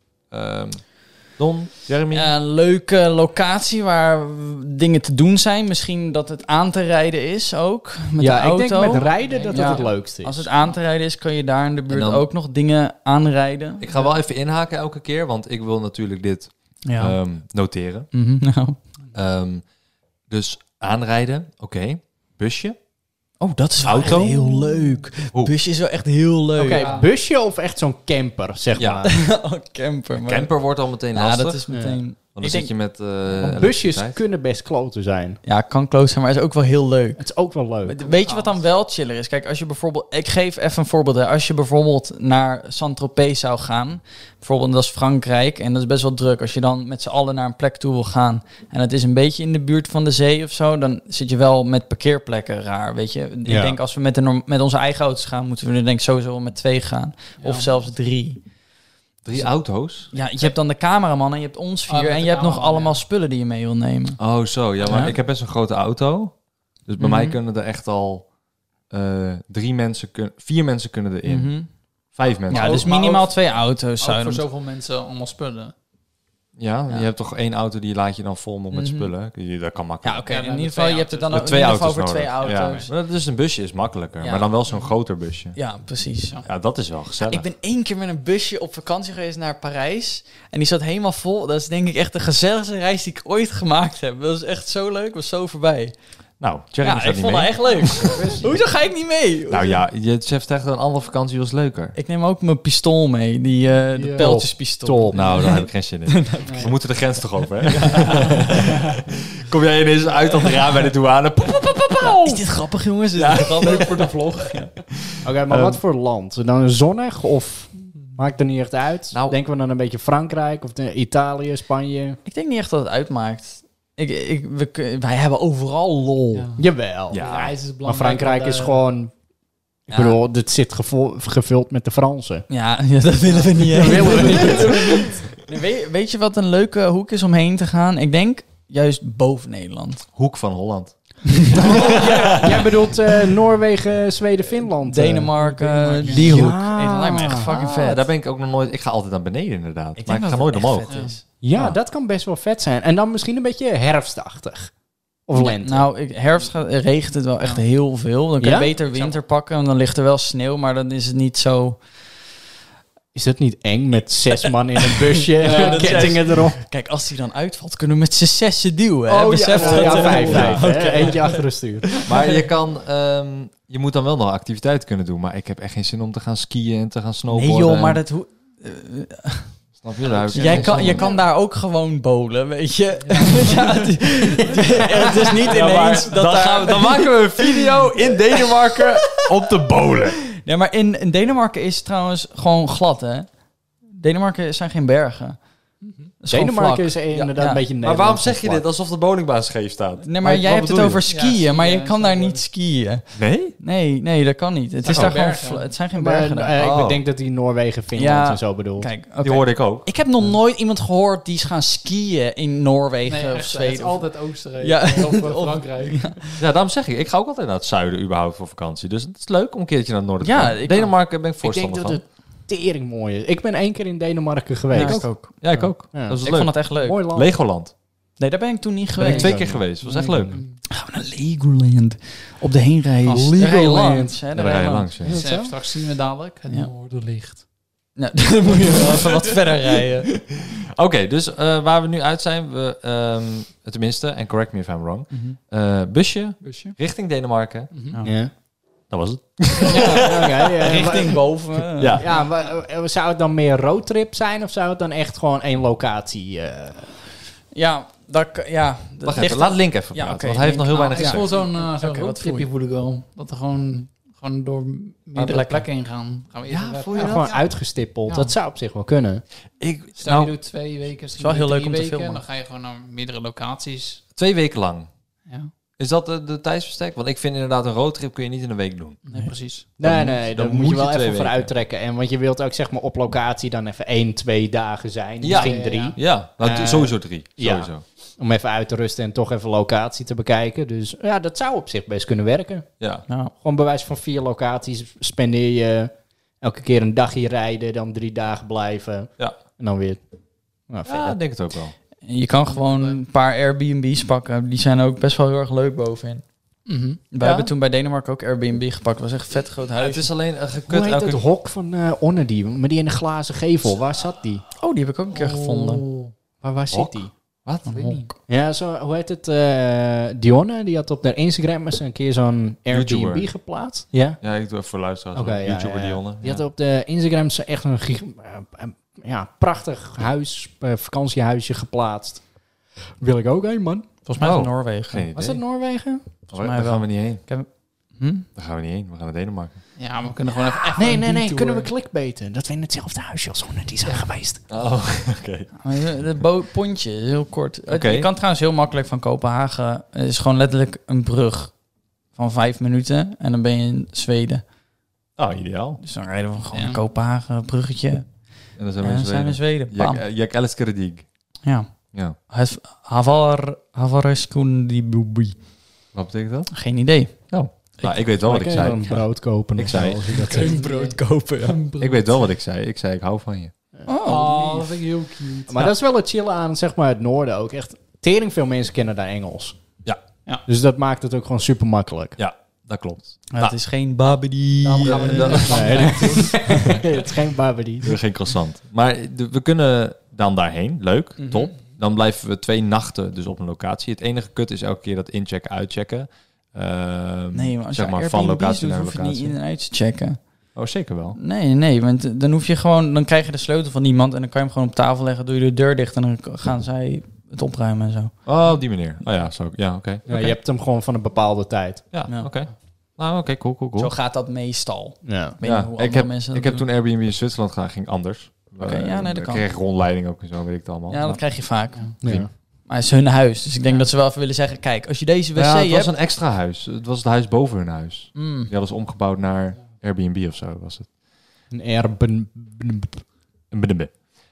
Don, Jeremy? Ja, een leuke locatie waar dingen te doen zijn. Misschien dat het aan te rijden is ook. Met de auto. Ik denk met rijden dat Ja. het leukste is. Als het aan te rijden is, kan je daar in de buurt dan- ook nog dingen aanrijden. Ik ga wel even inhaken elke keer, want ik wil natuurlijk dit noteren. Nou. Dus aanrijden, oké. Busje. Oh, dat is wel Auto? echt heel leuk. Oeh. Busje is wel echt heel leuk. Oké, busje of echt zo'n camper, zeg Ja. maar. Oh, camper. Maar... Camper wordt al meteen Ja, lastig. dat is meteen... Want dan Ik zit je met Want busjes elektriciteit. kunnen best kloten zijn. Ja, kan close zijn, maar is ook wel heel leuk. Het is ook wel leuk. Weet je wat dan wel chiller is? Kijk, als je bijvoorbeeld... Ik geef even een voorbeeld. Hè. Als je bijvoorbeeld naar Saint-Tropez zou gaan... Bijvoorbeeld, dat is Frankrijk. En dat is best wel druk. Als je dan met z'n allen naar een plek toe wil gaan... En het is een beetje in de buurt van de zee of zo... Dan zit je wel met parkeerplekken raar, weet je. Ik denk, als we met onze eigen auto's gaan... Moeten we er denk ik sowieso wel met 2 gaan. Of zelfs 3. 3 auto's? Ja, je hebt dan de cameraman en je hebt ons 4... met en de je hebt nog cameraman, allemaal ja. spullen die je mee wil nemen. Oh, zo. Ja, maar Ja. ik heb best een grote auto. Dus bij mij kunnen er echt al 4 mensen kunnen erin. Mhm. 5 mensen. Ja, dus maar minimaal ook- 2 auto's Ook zouden voor we zoveel mensen allemaal spullen. Ja, je hebt toch 1 auto die laat je dan vol met Mhm. spullen. Dat kan makkelijk. Ja, oké. Ja, in maar ieder met geval, 2 je hebt het dan Met ook 2 in ieder auto's geval voor 2 nodig. auto's. Ja, maar dus een busje is makkelijker. Ja. Maar dan wel zo'n groter busje. Ja, precies. Ja, dat is wel gezellig. Ik ben 1 keer met een busje op vakantie geweest naar Parijs. En die zat helemaal vol. Dat is denk ik echt de gezelligste reis die ik ooit gemaakt heb. Dat was echt zo leuk. Was zo voorbij. Nou, Jeremy Ja, gaat ik niet vond mee. dat echt leuk. Hoezo ga ik niet mee? Nou ja, je zegt echt een andere vakantie was leuker. Ik neem ook mijn pistool mee. De pijltjespistool. Top. Nou, daar heb ik geen zin in. We moeten de grens toch over, hè? Kom jij ineens uit dat raam bij de douane? Is dit grappig, jongens? Is dit grappig? Leuk voor de vlog. Ja. Oké, maar wat voor land? Dan een zonnig of maakt er niet echt uit? Nou- Denken we dan een beetje Frankrijk of Italië, Spanje? Ik denk niet echt dat het uitmaakt. Wij hebben overal lol. Ja. Jawel. Ja. Reis is Maar belangrijk. Frankrijk is gewoon... Ik Ja. bedoel, dit zit gevuld met de Fransen. Ja, dat willen we niet. Dat willen we niet. Nee, weet je wat een leuke hoek is om heen te gaan? Ik denk juist boven Nederland. Hoek van Holland. Jij bedoelt Noorwegen, Zweden, Finland. Denemarken, die hoek. Ja. Hey, dat lijkt me echt fucking vet. Daar ben ik ook nog nooit... Ik ga altijd naar beneden inderdaad. Ik maar denk ik ga dat nooit het echt omhoog. vet is. Ja, Ja. dat kan best wel vet zijn. En dan misschien een beetje herfstachtig. Of lente. Nou, regent het wel echt heel veel. Dan kan Ja? je beter winter pakken, want dan ligt er wel sneeuw, maar dan is het niet zo... Is dat niet eng met 6 man in een busje en dat is kettingen erop? Kijk, als die dan uitvalt, kunnen we met z'n 6 duwen. Hè? Oh Besef ja, dat, ja, hè? 5-5. Ja, oké. Eentje achter het stuur. Maar je kan... je moet dan wel nog activiteit kunnen doen. Maar ik heb echt geen zin om te gaan skiën en te gaan snowboarden. Nee joh, maar dat... Snap je? Daar heb ik geen zin Je in. kan daar ook gewoon bowlen, weet je. Ja, het is niet ineens dat daar... Dan maken we een video in Denemarken om te bowlen. Nee, maar in Denemarken is het trouwens gewoon glad, hè. Denemarken zijn geen bergen. Het is gewoon Denemarken vlak. is inderdaad Ja. een beetje Maar waarom Nederland zeg je vlak. dit alsof de bowlingbaan scheef staat? Nee, maar jij hebt het bedoel je? over skiën, maar je skiën kan en daar zo. niet skiën. Nee? Nee, dat kan niet. Het is zijn daar gewoon gewoon... bergen. Het zijn geen Maar, bergen daar. ik Oh. denk dat die Noorwegen, Finland Ja. en zo bedoelt. Kijk, Die oké. hoorde ik ook. Ik heb nog nooit iemand gehoord die is gaan skiën in Noorwegen Nee, of echt, het Zweden. is altijd Oostenrijk Ja. of Of- Frankrijk. Ja, daarom zeg ik ga ook altijd naar het zuiden überhaupt voor vakantie. Dus het is leuk om een keertje naar het noorden te Ja, gaan. ik Denemarken ben ik Ik denk voorstander dat van. het tering mooi is. Ik ben 1 keer in Denemarken geweest. ik ook. Ja, ik ook. Ja. Dat is Ik leuk. vond het echt leuk. Mooi land. Legoland. Nee, daar ben ik toen niet Ben geweest. ik 2 keer geweest. Dat was echt leuk. Gaan we naar Legoland. Op de heenreis. Oh, Daar rij je Legoland. langs, hè, Daar rij je langs. Ja. Is dat zo? Straks zien we dadelijk het Ja. noorderlicht. Nou, dan moet je wel even wat verder rijden. Oké, dus waar we nu uit zijn, tenminste, en correct me if I'm wrong, busje Busje. richting Denemarken. Ja. Dat was het. Richting boven. Ja. Ja, maar, zou het dan meer roadtrip zijn of zou het dan echt gewoon 1 locatie? Ja, dat Wacht ligt even, laat Link even Ja, praten, oké, want hij heeft nog heel Link. weinig Ik gezegd. voel zo'n Oké, wat voel roadtripje je? voel ik wel. Dat we gewoon door meerdere plekken. plekken heen gaan. Gaan we eerst Ja, even- voel je Ja, dat? gewoon uitgestippeld. Ja. Dat zou op zich wel kunnen. Stel Nou, je doet 2 weken, wel heel leuk om te 3 weken, filmen. dan ga je gewoon naar meerdere locaties. 2 weken lang. Ja. Is dat de tijdsbestek? Want ik vind inderdaad een roadtrip kun je niet in een week doen. Nee, precies. Nee, dan moet je wel 2 even voor weken. uittrekken. En want je wilt ook zeg maar op locatie dan even 1-2 dagen zijn. Ja. Misschien 3. Ja, nou, sowieso 3. ja. Sowieso. Om even uit te rusten en toch even locatie te bekijken. Dus ja, dat zou op zich best kunnen werken. Ja. Nou, Gewoon bij wijze van 4 locaties spendeer je elke keer een dagje rijden, dan 3 dagen blijven. Ja. En dan weer... Nou, verder. Ja, ik denk het ook wel. je kan gewoon een paar Airbnb's pakken. Die zijn ook best wel heel erg leuk bovenin. Mhm. We hebben toen bij Denemarken ook Airbnb gepakt. Dat was echt een vet groot Ja, huis. het is alleen een Hoe gekut heet het hok van Onnedy? Maar die in een glazen gevel, waar zat die? Oh, die heb ik ook een keer gevonden. Waar zit Hok? die? Wat? Een honk. Ja, zo, hoe heet het? Dionne, die had op haar Instagram eens een keer zo'n Airbnb YouTuber. geplaatst. Ja? Ja, ik doe even voor luisteraars. Oké, ja, YouTuber ja, ja. Dionne. Die had op de Instagram zo echt een prachtig huis, vakantiehuisje geplaatst. Wil ik ook heen, man. Volgens mij is het Oh. Noorwegen. Geen idee. Was dat Noorwegen? Volgens mij Daar wel. gaan we niet heen. Hm? Daar gaan we niet heen. We gaan naar Denemarken. Ja, maar we kunnen gewoon even Nee, een nee, detour. kunnen we clickbaiten. Dat we in hetzelfde huisje als Onnedy zijn geweest. Oh, oké. De pontje, heel kort. Oké. Je kan trouwens heel makkelijk van Kopenhagen. Het is gewoon letterlijk een brug van 5 minuten. En dan ben je in Zweden. Oh, ideaal. Dus dan rijden we gewoon Ja. naar Kopenhagen, bruggetje. En dan zijn En we dan in zijn we in Zweden. Zweden. Bam. Jack Elsker Ja. Ja. Het Havareskundibui. Wat betekent dat? Geen idee. Nou, ik weet wel wat ik Kan je zei. een brood kopen Ik of zei- zo, als je dat zegt. brood kopen, ja. Ik weet wel wat ik zei. Ik zei, ik hou van je. Oh, dat vind ik heel cute. Maar dat is wel het chillen aan, zeg maar, het noorden ook. Echt, tering veel mensen kennen daar Engels. Ja. Ja. Dus dat maakt het ook gewoon super makkelijk. Ja, dat klopt. Het is geen babidi. Daarom gaan we dat- Nee, het is geen barbie. Geen croissant. Maar we kunnen dan daarheen. Leuk, Mhm. top. Dan blijven we 2 nachten dus op een locatie. Het enige kut is elke keer dat inchecken, uitchecken. Nee, maar als zeg je maar van Airbnb's locatie doet, naar hoef je niet locatie. in en uit te checken. Oh, zeker wel. Nee, want dan hoef je gewoon... Dan krijg je de sleutel van iemand en dan kan je hem gewoon op tafel leggen. Doe je de deur dicht en dan gaan zij het opruimen en zo. Oh, op die manier. Oh ja, zo. Ja, oké. Ja, je hebt hem gewoon van een bepaalde tijd. Ja, Ja. oké. Nou, oké, cool. Zo gaat dat meestal. Ja. Ik weet niet hoe andere mensen ik dat heb doen. toen Airbnb in Zwitserland gedaan, ging anders. Oké, ja, nee, dat kan. Ik kreeg rondleiding ook en zo, weet ik het allemaal. Ja, dat krijg je vaak. Ja. Maar het is hun huis. Dus ik denk dat ze wel even willen zeggen... Kijk, als je deze wc Ja, het was hebt... een extra huis. Het was het huis boven hun huis. Mm. Die hadden ze omgebouwd naar Airbnb of zo, was het. Een Airbnb. Een bedebe.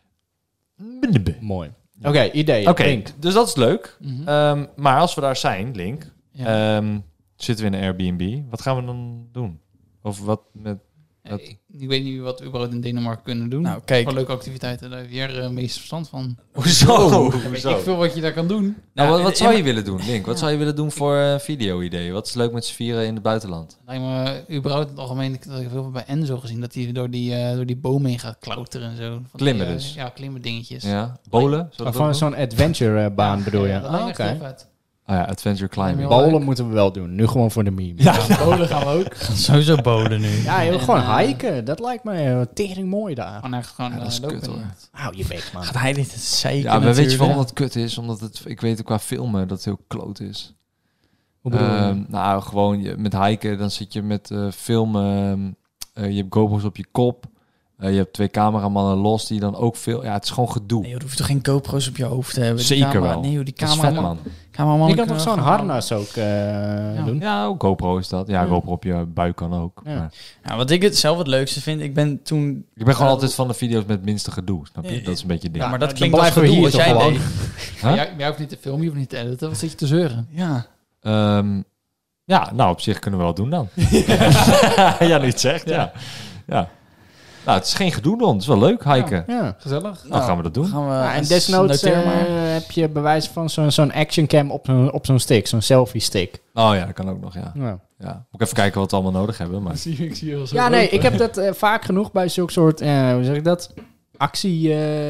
Mooi. Oké, idee. Oké, Link. dus dat is leuk. Mhm. Maar als we daar zijn, Link, Ja. zitten we in een Airbnb. Wat gaan we dan doen? Of wat met... dat- Ik weet niet wat we überhaupt in Denemarken kunnen doen. Nou, kijk. Voor leuke activiteiten, daar heb jij er meest verstand van. Hoezo? Weet ik veel wat je daar kan doen. Nou, wat zou je willen doen, Link? Wat zou je willen doen voor video-idee? Wat is leuk met z'n vieren in het buitenland? Lijkt me überhaupt in het algemeen, dat ik veel bij Enzo gezien, dat hij door die bomen heen gaat klauteren en zo. Van Klimmen die, dus. Ja, klimmen dingetjes. Ja? Bowlen? Zou dat Van ook zo'n adventure baan bedoel je? Ja, dat lijkt me Ah, echt oké. heel vet. doen? Ah ja, adventure climbing. Heel Bowlen leuk. moeten we wel doen. Nu gewoon voor de meme. Ja, bowlen gaan we ook. Sowieso boden nu. Ja, je wil En, gewoon hiken. Dat lijkt me tering mooi daar. Gewoon echt gewoon Ja, dat is lopen. kut, hoor. Hou je bek, man. Gaat hij dit zeiken Ja, maar weet je natuurlijk. waarom dat kut is? Omdat het, ik weet ook qua filmen dat het heel kloot is. Hoe bedoel je? Nou, gewoon met hiken, dan zit je met filmen. Je hebt GoPro's op je kop. Je hebt 2 cameramannen los die dan ook veel... Ja, het is gewoon gedoe. Nee, joh, je hoeft toch geen GoPro's op je hoofd te hebben? Die Zeker camera- wel. Nee, joh, die Dat is vet, cameraman... man. cameraman Je kan toch zo'n harnas ook doen? Ja, ook GoPro is dat. Ja, Ja. GoPro op je buik kan ook. Ja. Maar Ja, wat ik het zelf het leukste vind, ik ben toen... ik ben gewoon altijd van de video's met het minste gedoe, snap je? Ja, Dat is een beetje het ding. Ja, maar dat dan klinkt als blijven we gedoe hier als toch jij gewoon. deed. Huh? Jij hoeft niet te filmen, je hoeft niet te editen. Wat zit je te zeuren? Ja. Ja, nou, op zich kunnen we wel doen dan. Ja, nu het zegt, ja. Ja. Nou, het is geen gedoe dan. Het is wel leuk, hiken. Ja. Gezellig. Dan gaan we dat doen. Gaan we, Ja, en desnoods noteer maar. heb je bewijs van zo'n actioncam op zo'n stick. Zo'n selfie stick. Oh ja, dat kan ook nog, ja. Ja. Ja. Moet ik even kijken wat we allemaal nodig hebben. Maar... Ik zie je wel zo Ja, nee, lopen. ik heb dat vaak genoeg bij zulke soort, hoe zeg ik dat? Actie,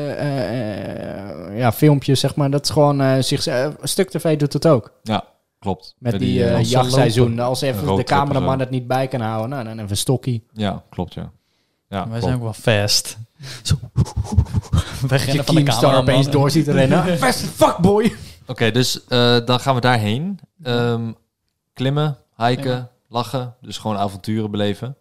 filmpjes, zeg maar. Dat is gewoon, Stuk TV doet het ook. Ja, klopt. Met Bij die losse jachtseizoen. lopen. Als Een even de roadtrip of cameraman zo. het niet bij kan houden, nou, dan even een stokkie. Ja, klopt, ja. Ja, Wij klopt. zijn ook wel fast. Zo. Als je Wegrennen van de Keemstar camera opeens door ziet rennen. Fast fuckboy! Oké, dus dan gaan we daarheen. Klimmen, hiken, lachen. Dus gewoon avonturen beleven.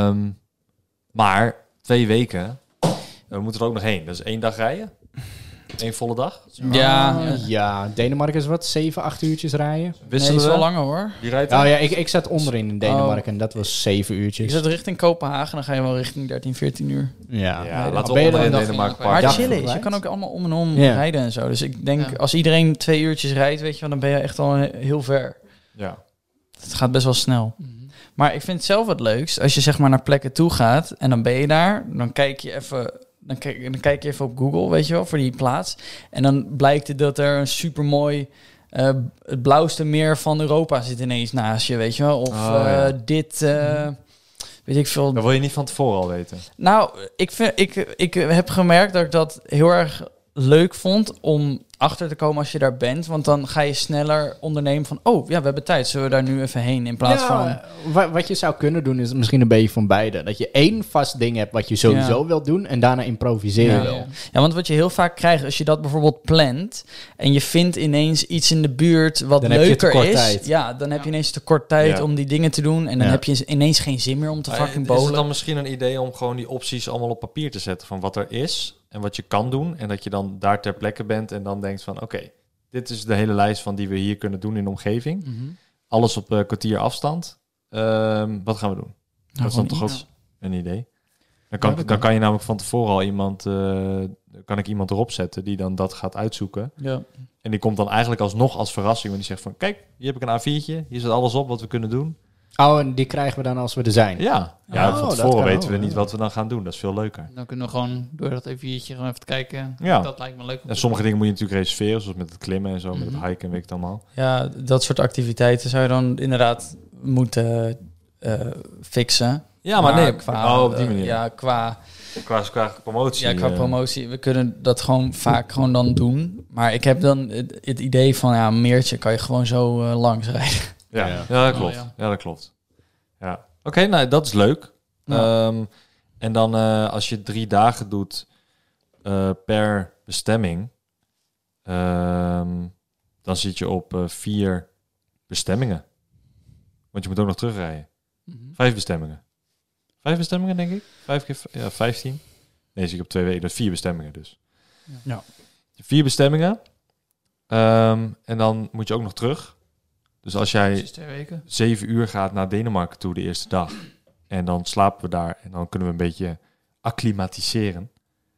Maar 2 weken, we moeten er ook nog heen. Dat is 1 dag rijden. 1 volle dag? Ja, Denemarken is wat? 7, 8 uurtjes rijden? Nee, Wisselen is wel we? langer hoor. Wie rijdt Oh er? ja, ik zat onderin in Denemarken en dat was 7 Je uurtjes. zit richting Kopenhagen, dan ga je wel richting 13, 14 uur. Ja, Ja, dan laten ben we je dan onderin nog Denemarken geen- Maar parken. chill is, je vergelijkt. kan ook allemaal om en om Ja. rijden en zo. Dus ik denk, Ja. als iedereen 2 uurtjes rijdt, weet je wel, dan ben je echt al heel ver. Ja. Het gaat best wel snel. Maar ik vind het zelf het leukst als je zeg maar naar plekken toe gaat en dan ben je daar, dan kijk je even, dan kijk je even op Google, weet je wel, voor die plaats. En dan blijkt het dat er een supermooi het blauwste meer van Europa zit ineens naast je, weet je wel. Of ja. weet ik veel. Dat wil je niet van tevoren al weten. Nou, ik heb gemerkt dat ik dat heel erg leuk vond om achter te komen als je daar bent. Want dan ga je sneller ondernemen van... oh, ja, we hebben tijd. Zullen we daar nu even heen? In plaats van... Wat je zou kunnen doen is misschien een beetje van beide. Dat je 1 vast ding hebt wat je sowieso wilt doen en daarna improviseren wil. Ja, want wat je heel vaak krijgt als je dat bijvoorbeeld plant... en je vindt ineens iets in de buurt wat Dan heb je leuker tekort is... tijd. ja, dan heb je ineens te kort tijd Ja. om die dingen te doen... en dan Ja. heb je ineens geen zin meer om te fucking Is het bowlen. dan misschien een idee om gewoon die opties allemaal op papier te zetten van wat er is en wat je kan doen en dat je dan daar ter plekke bent en dan denkt van oké, dit is de hele lijst van die we hier kunnen doen in de omgeving. Alles op kwartier afstand. Wat gaan we doen? Dat is dan toch ook een idee? Dan kan je namelijk van tevoren al kan ik iemand erop zetten die dan dat gaat uitzoeken. Ja. En die komt dan eigenlijk alsnog als verrassing, want die zegt van kijk, hier heb ik een A4'tje, hier zit alles op wat we kunnen doen. Oh, en die krijgen we dan als we er zijn? Ja, Oh, van dat tevoren kan weten ook, we ja. niet wat we dan gaan doen. Dat is veel leuker. Dan kunnen we gewoon door dat E4'tje gewoon even te kijken. Ja. Dat lijkt me leuk. om En te sommige doen. dingen moet je natuurlijk reserveren, zoals met het klimmen en zo, met het hiken en weet ik het allemaal. Ja, dat soort activiteiten zou je dan inderdaad moeten fixen. Ja, maar nee, qua, op die manier. ja, qua Qua promotie. promotie. We kunnen dat gewoon vaak gewoon dan doen. Maar ik heb dan het idee van, ja, een meertje kan je gewoon zo langs rijden. Ja, dat klopt. ja. Ja, dat klopt. Ja. Oké, nou, dat is leuk. Ja. En dan als je 3 dagen doet per bestemming, dan zit je op 4 bestemmingen. Want je moet ook nog terugrijden. 5 bestemmingen. 5 bestemmingen, denk ik? 5 keer 15. Nee, zit ik op 2 weken. Dat 4 bestemmingen dus. Ja. 4 bestemmingen. En dan moet je ook nog terug. Dus als jij Precies 2 weken. 7 uur gaat naar Denemarken toe de eerste dag. En dan slapen we daar. En dan kunnen we een beetje acclimatiseren.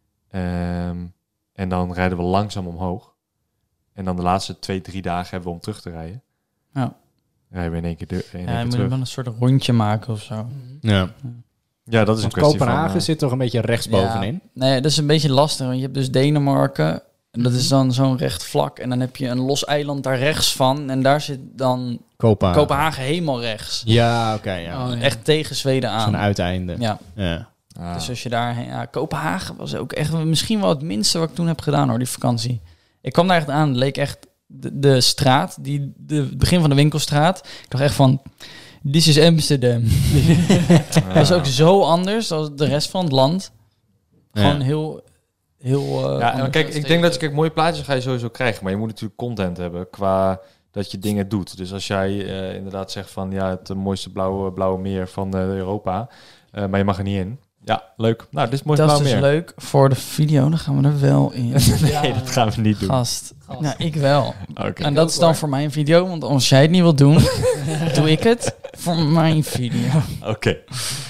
En dan rijden we langzaam omhoog. En dan de laatste 2-3 dagen hebben we om terug te rijden. Ja. Rijden we in één keer, Ja, je moet terug. wel een soort rondje maken of zo. Ja. Ja, dat is een Want kwestie Kopenhagen van... zit toch een beetje rechtsbovenin? Ja. Nee, dat is een beetje lastig. Want je hebt dus Denemarken. En dat is dan zo'n recht vlak. En dan heb je een los eiland daar rechts van. En daar zit dan Kopenhagen helemaal rechts. Ja, oké. ja. Oh, ja. Echt tegen Zweden aan. Zo'n uiteinde. Ja. Ja. Dus als je daarheen... Ja, Kopenhagen was ook echt misschien wel het minste wat ik toen heb gedaan hoor, die vakantie. Ik kwam daar echt aan. Het leek echt de straat, het begin van de winkelstraat. Ik dacht echt van, this is Amsterdam. Dat was ook zo anders dan de rest van het land. Gewoon heel ja, en anders. kijk, ik denk dat mooie plaatjes ga je sowieso krijgen. Maar je moet natuurlijk content hebben qua dat je dingen doet. Dus als jij inderdaad zegt van, ja, het mooiste blauwe meer van Europa. Maar je mag er niet in. Ja, leuk. Nou, dit is het mooiste Dat is blauwe dus meer. leuk voor de video. Dan gaan we er wel in. Nee, dat gaan we niet doen. Gast. Nou, ik wel. Oké. En dat is dan voor mijn video. Want als jij het niet wilt doen, doe ik het voor mijn video. Oké.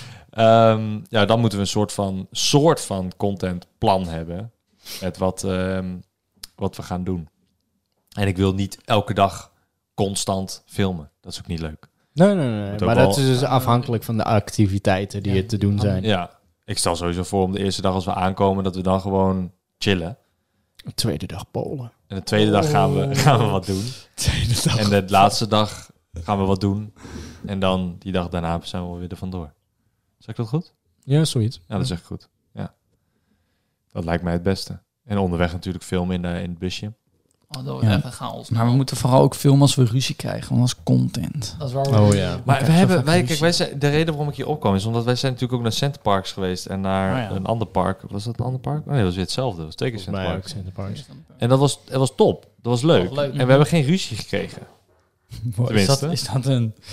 Ja, dan moeten we een soort van contentplan hebben. Met wat we gaan doen. En ik wil niet elke dag constant filmen. Dat is ook niet leuk. Nee. Moet ook Maar wel- dat is dus afhankelijk van de activiteiten die er te doen zijn. Ja, ik stel sowieso voor om de eerste dag als we aankomen... dat we dan gewoon chillen. De tweede dag Polen. En de tweede dag gaan we wat doen. En de laatste dag gaan we wat doen. En dan die dag daarna zijn we weer er vandoor. Zeg ik dat goed? Ja, zoiets. Ja, dat zeg ik goed. Ja. Dat lijkt mij het beste. En onderweg natuurlijk filmen in het busje. Oh, dat wordt Ja. even chaos. Maar we moeten vooral ook filmen als we ruzie krijgen. Want dat is content. Dat is waar we... Oh ja. Maar kijk, wij zijn, de reden waarom ik hier opkwam is omdat wij zijn natuurlijk ook naar Centerparks geweest en naar Oh ja. een ander park. Was dat een ander park? Oh nee, dat was weer hetzelfde. Dat was 2 keer Volgens mij ook Centerparks. Centerparks. En dat was top. Dat was leuk. Dat was leuk. En we hebben geen ruzie gekregen. Is Tenminste. dat een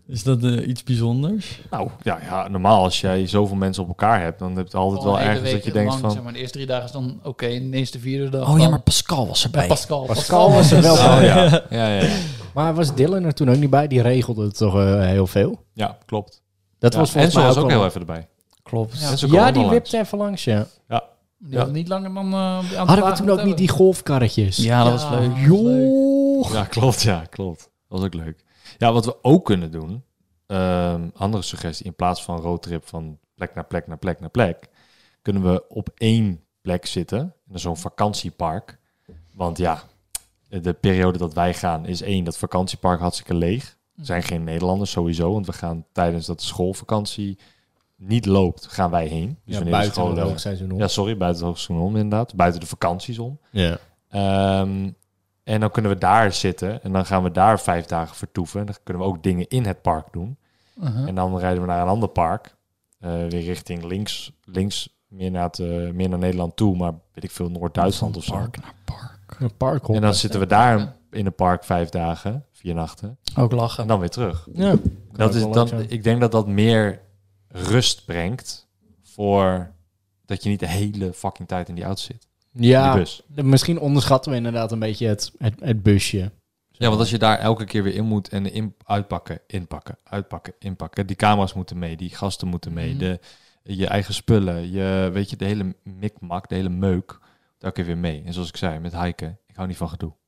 Is dat iets bijzonders? Nou, ja, normaal als jij zoveel mensen op elkaar hebt, dan heb je altijd wel ergens dat je denkt van... Zeg maar, de eerste 3 dagen is dan oké, de eerste 4e dag... Oh ja, dan- maar Pascal was erbij. Pascal was er wel Oh, bij. ja. Maar was Dylan er toen ook niet bij? Die regelde het toch heel veel? Ja, klopt. Dat Ja, was volgens Enzo mij was ook wel- heel even erbij. Klopt. Enzo kwam Ja, ook die nog wipte langs. even langs, ja. Die had niet langer dan... Hadden we toen ook niet die golfkarretjes? Ja, dat was leuk. Joh. Ja, klopt. Dat was ook leuk. Ja, wat we ook kunnen doen, andere suggestie, in plaats van roadtrip van plek naar plek naar plek naar plek, kunnen we op 1 plek zitten, in zo'n vakantiepark. Want ja, de periode dat wij gaan is 1, dat vakantiepark hartstikke leeg. Er zijn geen Nederlanders sowieso, want we gaan tijdens dat de schoolvakantie niet loopt, gaan wij heen. Dus Ja, wanneer de buiten scholen- het hoogseizoen om. Ja, sorry, buiten het hoogseizoen om inderdaad. Buiten de vakanties om. Ja. En dan kunnen we daar zitten en dan gaan we daar 5 dagen vertoeven. Dan kunnen we ook dingen in het park doen. En dan rijden we naar een ander park. Weer richting links meer naar Nederland toe, maar weet ik veel, Noord-Duitsland of zo. Een park. En dan zitten we daar in een park 5 dagen, 4 nachten. Ook lachen. En dan weer terug. Ja. Dat is dan, ik denk dat dat meer rust brengt voor dat je niet de hele fucking tijd in die auto zit. In Ja, die bus. misschien onderschatten we inderdaad een beetje het busje. Ja, want als je daar elke keer weer in moet en uitpakken, inpakken. Die camera's moeten mee, die gasten moeten mee, je eigen spullen, de hele mikmak, de hele meuk, elke keer weer mee. En zoals ik zei, met hiken, ik hou niet van gedoe.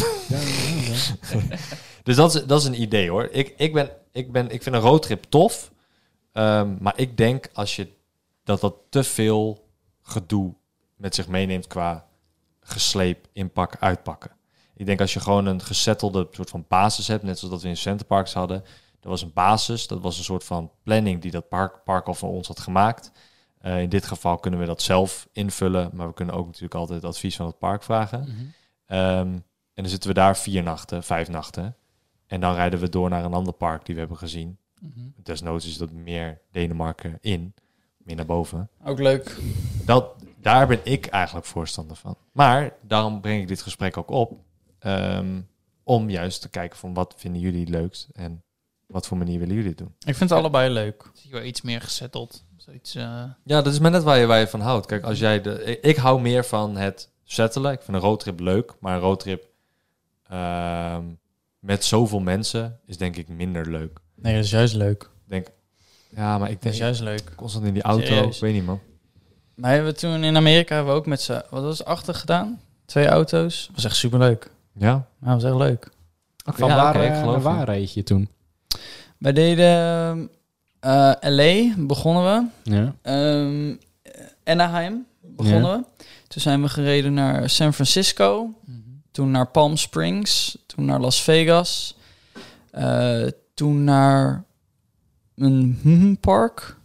Dus dat is een idee hoor. Ik vind een roadtrip tof, maar ik denk als je dat te veel gedoe met zich meeneemt qua gesleep, inpakken, uitpakken. Ik denk als je gewoon een gesettelde soort van basis hebt, net zoals dat we in Centerparks hadden. Er was een basis, dat was een soort van planning die dat park al voor ons had gemaakt. In dit geval kunnen we dat zelf invullen, maar we kunnen ook natuurlijk altijd het advies van het park vragen. En dan zitten we daar 4 nachten, 5 nachten. En dan rijden we door naar een ander park die we hebben gezien. Desnoods is dat meer Denemarken meer naar boven. Ook leuk. Daar ben ik eigenlijk voorstander van. Maar daarom breng ik dit gesprek ook op. Om juist te kijken van wat vinden jullie het leukst en wat voor manier willen jullie het doen. Ik vind het allebei leuk. Zie je wel iets meer gezetteld. Zoiets, Ja, dat is maar net waar je van houdt. Kijk, als jij ik hou meer van het settelen. Ik vind een roadtrip leuk, maar een roadtrip met zoveel mensen is denk ik minder leuk. Nee, dat is juist leuk. Maar ik Dat is denk juist leuk. constant in die auto. Serieus? Ik weet niet, man. Maar hebben we toen in Amerika hebben we ook met z'n... Wat was het? 8 gedaan? 2 auto's. Was echt superleuk. Ja? Nou, was echt leuk. Van Ja, waar, oké, ik geloof naar waar reed je toen? Wij deden LA, begonnen we. Ja. Anaheim begonnen we. Toen zijn we gereden naar San Francisco. Toen naar Palm Springs. Toen naar Las Vegas. Toen naar een park.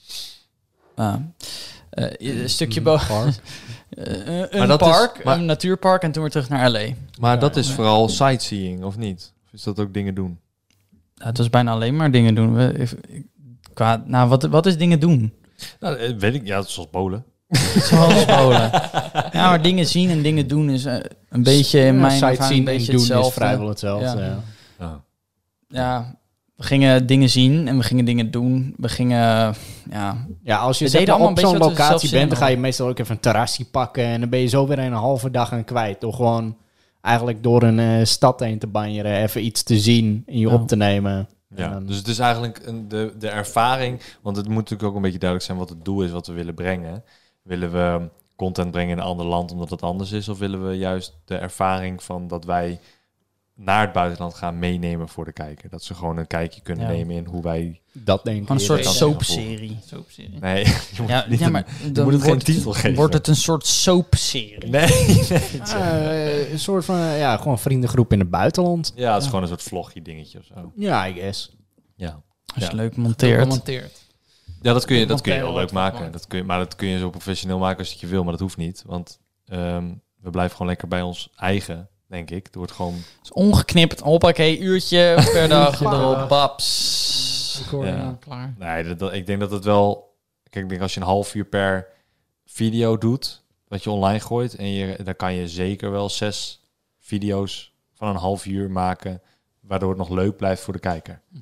Een stukje boven. Een dat is- park, maar- een natuurpark. En toen weer terug naar LA. Maar dat is vooral sightseeing, of niet? Of is dat ook dingen doen? Ja, het was bijna alleen maar dingen doen. Wat is dingen doen? Nou, weet ik. Ja, zoals bowlen. Zoals bowlen. Ja, maar dingen zien en dingen doen is een beetje in mijn ervaring sightseeing een beetje en doen hetzelfde. is vrijwel hetzelfde. Ja. Ja. Ja. Ja, we gingen dingen zien en we gingen dingen doen. We gingen, Ja, als je We zeg deden maar, allemaal op een zo'n beetje wat we zelf locatie zin bent, dan ga je hadden. meestal ook even een terrasje pakken. En dan ben je zo weer een halve dag aan kwijt. Door gewoon eigenlijk door een stad heen te banjeren. Even iets te zien en je Ja. op te nemen. Ja, En dan- dus het is eigenlijk de ervaring, want het moet natuurlijk ook een beetje duidelijk zijn wat het doel is wat we willen brengen. Willen we content brengen in een ander land omdat het anders is, of willen we juist de ervaring van dat wij naar het buitenland gaan meenemen voor de kijker? Dat ze gewoon een kijkje kunnen Ja. nemen in hoe wij... dat denk ik. gewoon een soort dat soapserie. Soapserie. Nee, je moet Ja, niet ja, maar dan moet het geen wordt titel geven. Wordt het een soort soapserie? Nee. Een soort van, gewoon vriendengroep in het buitenland. Ja, het is gewoon een soort vloggy dingetje of zo. Ja, I guess. Ja. Als je Ja. leuk monteert. Gemonteerd. Ja, dat kun je Want heel heel leuk wat maken. gemaakt. Maar dat kun je zo professioneel maken als je wil, maar dat hoeft niet. Want we blijven gewoon lekker bij ons eigen, denk ik. Het wordt gewoon... Is ongeknipt. Hoppakee, uurtje per dag erop. Babs. Recording Ja. aan, klaar. Nee, ik denk dat het wel... Kijk, ik denk als je een half uur per video doet, wat je online gooit, en dan kan je zeker wel 6 video's van een half uur maken, waardoor het nog leuk blijft voor de kijker.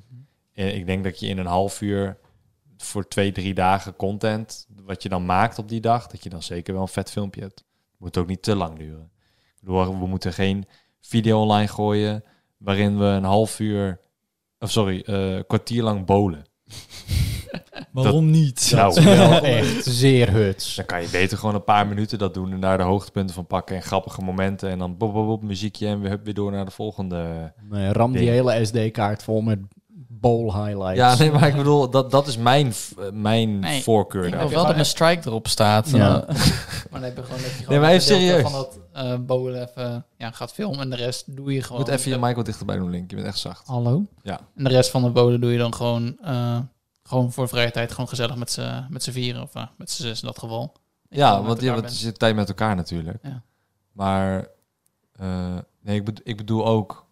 ik denk dat je in een half uur voor 2-3 dagen content, wat je dan maakt op die dag, dat je dan zeker wel een vet filmpje hebt. Het moet ook niet te lang duren. Ik bedoel, we moeten geen video online gooien waarin we een half uur, kwartier lang bowlen. Waarom niet? Nou, Wel echt zeer huts. dan kan je beter gewoon een paar minuten dat doen en daar de hoogtepunten van pakken en grappige momenten en dan bop, muziekje en weer door naar de volgende. Nee, ram die hele SD-kaart vol met bowl highlights. Ja, nee, maar ik bedoel, dat is mijn Nee, voorkeur. Ik daar. hoop wel dat mijn strike erop staat. Ja. Maar dan heb je gewoon dat je Nee, gewoon maar een even gedeelte serieus. van dat bowlen even gaat filmen. En de rest doe je Je gewoon... moet even je mic wat dichterbij doen, Link. Je bent echt zacht. Hallo? Ja. En de rest van de bowlen doe je dan gewoon voor vrije tijd gewoon gezellig met z'n vieren. Of met z'n zes in dat geval. Ja, want je zit tijd met elkaar natuurlijk. Ja. Maar nee, ik bedoel ook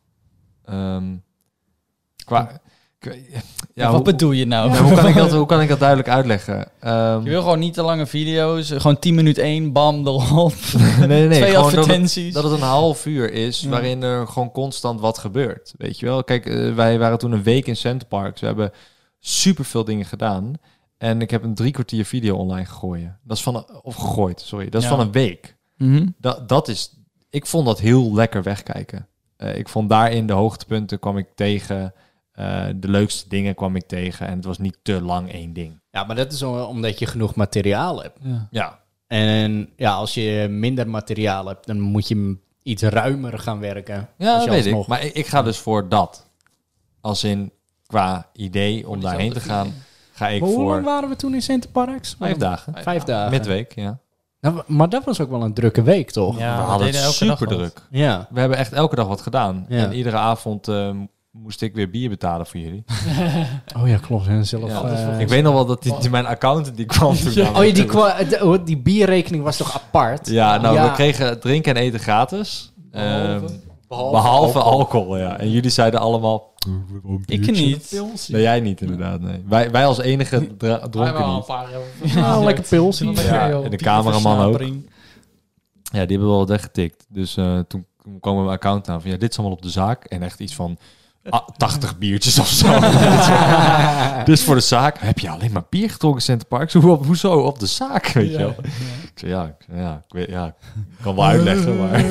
Wat bedoel je nou? hoe kan ik dat duidelijk uitleggen? Je wil gewoon niet te lange video's. Gewoon 10 minuten 1, bam, erop. nee, 2 gewoon advertenties. dat het een half uur is Ja. waarin er gewoon constant wat gebeurt. Weet je wel? Kijk, wij waren toen een week in Center Parcs. We hebben super veel dingen gedaan. En ik heb een 3 kwartier video online gegooid. Dat is Dat is Ja. van een week. Mhm. Ik vond dat heel lekker wegkijken. Ik vond daarin de hoogtepunten kwam ik tegen. De leukste dingen kwam ik tegen. En het was niet te lang één ding. Ja, maar dat is omdat je genoeg materiaal hebt. Ja. En ja, als je minder materiaal hebt, dan moet je iets ruimer gaan werken. Ja, Als je dat weet ik. alsnog- Maar ik ga dus voor dat. Als in qua idee om daarheen te gaan, ga ik Maar hoe lang voor waren we toen in Center Parcs? 5 dagen. 5 dagen. Midweek, ja. Nou, maar dat was ook wel een drukke week, toch? Ja, we hadden het deden elke dag super wat. druk. Ja. We hebben echt elke dag wat gedaan. Ja. En iedere avond moest ik weer bier betalen voor jullie. Oh ja, klopt. En zelf, Ja, ik weet nog wel dat die mijn accountant die kwam toen. Oh ja, die bierrekening was toch apart? Ja, nou, Ja. we kregen drinken en eten gratis. Behalve alcohol, ja. En jullie zeiden allemaal... Ik niet. Nee, jij niet inderdaad, nee. Wij als enige dronken niet. Nou, lekker pilsie. Ja, en de cameraman ook. Ja, die hebben wel wat weggetikt. Dus toen kwam mijn account aan van... Ja, dit is allemaal op de zaak. En echt iets van 80 biertjes of zo. Dus voor de zaak... Heb je alleen maar bier gedronken, Center Parcs? Hoezo op de zaak, weet je wel? Ik zei, ik kan wel uitleggen, maar...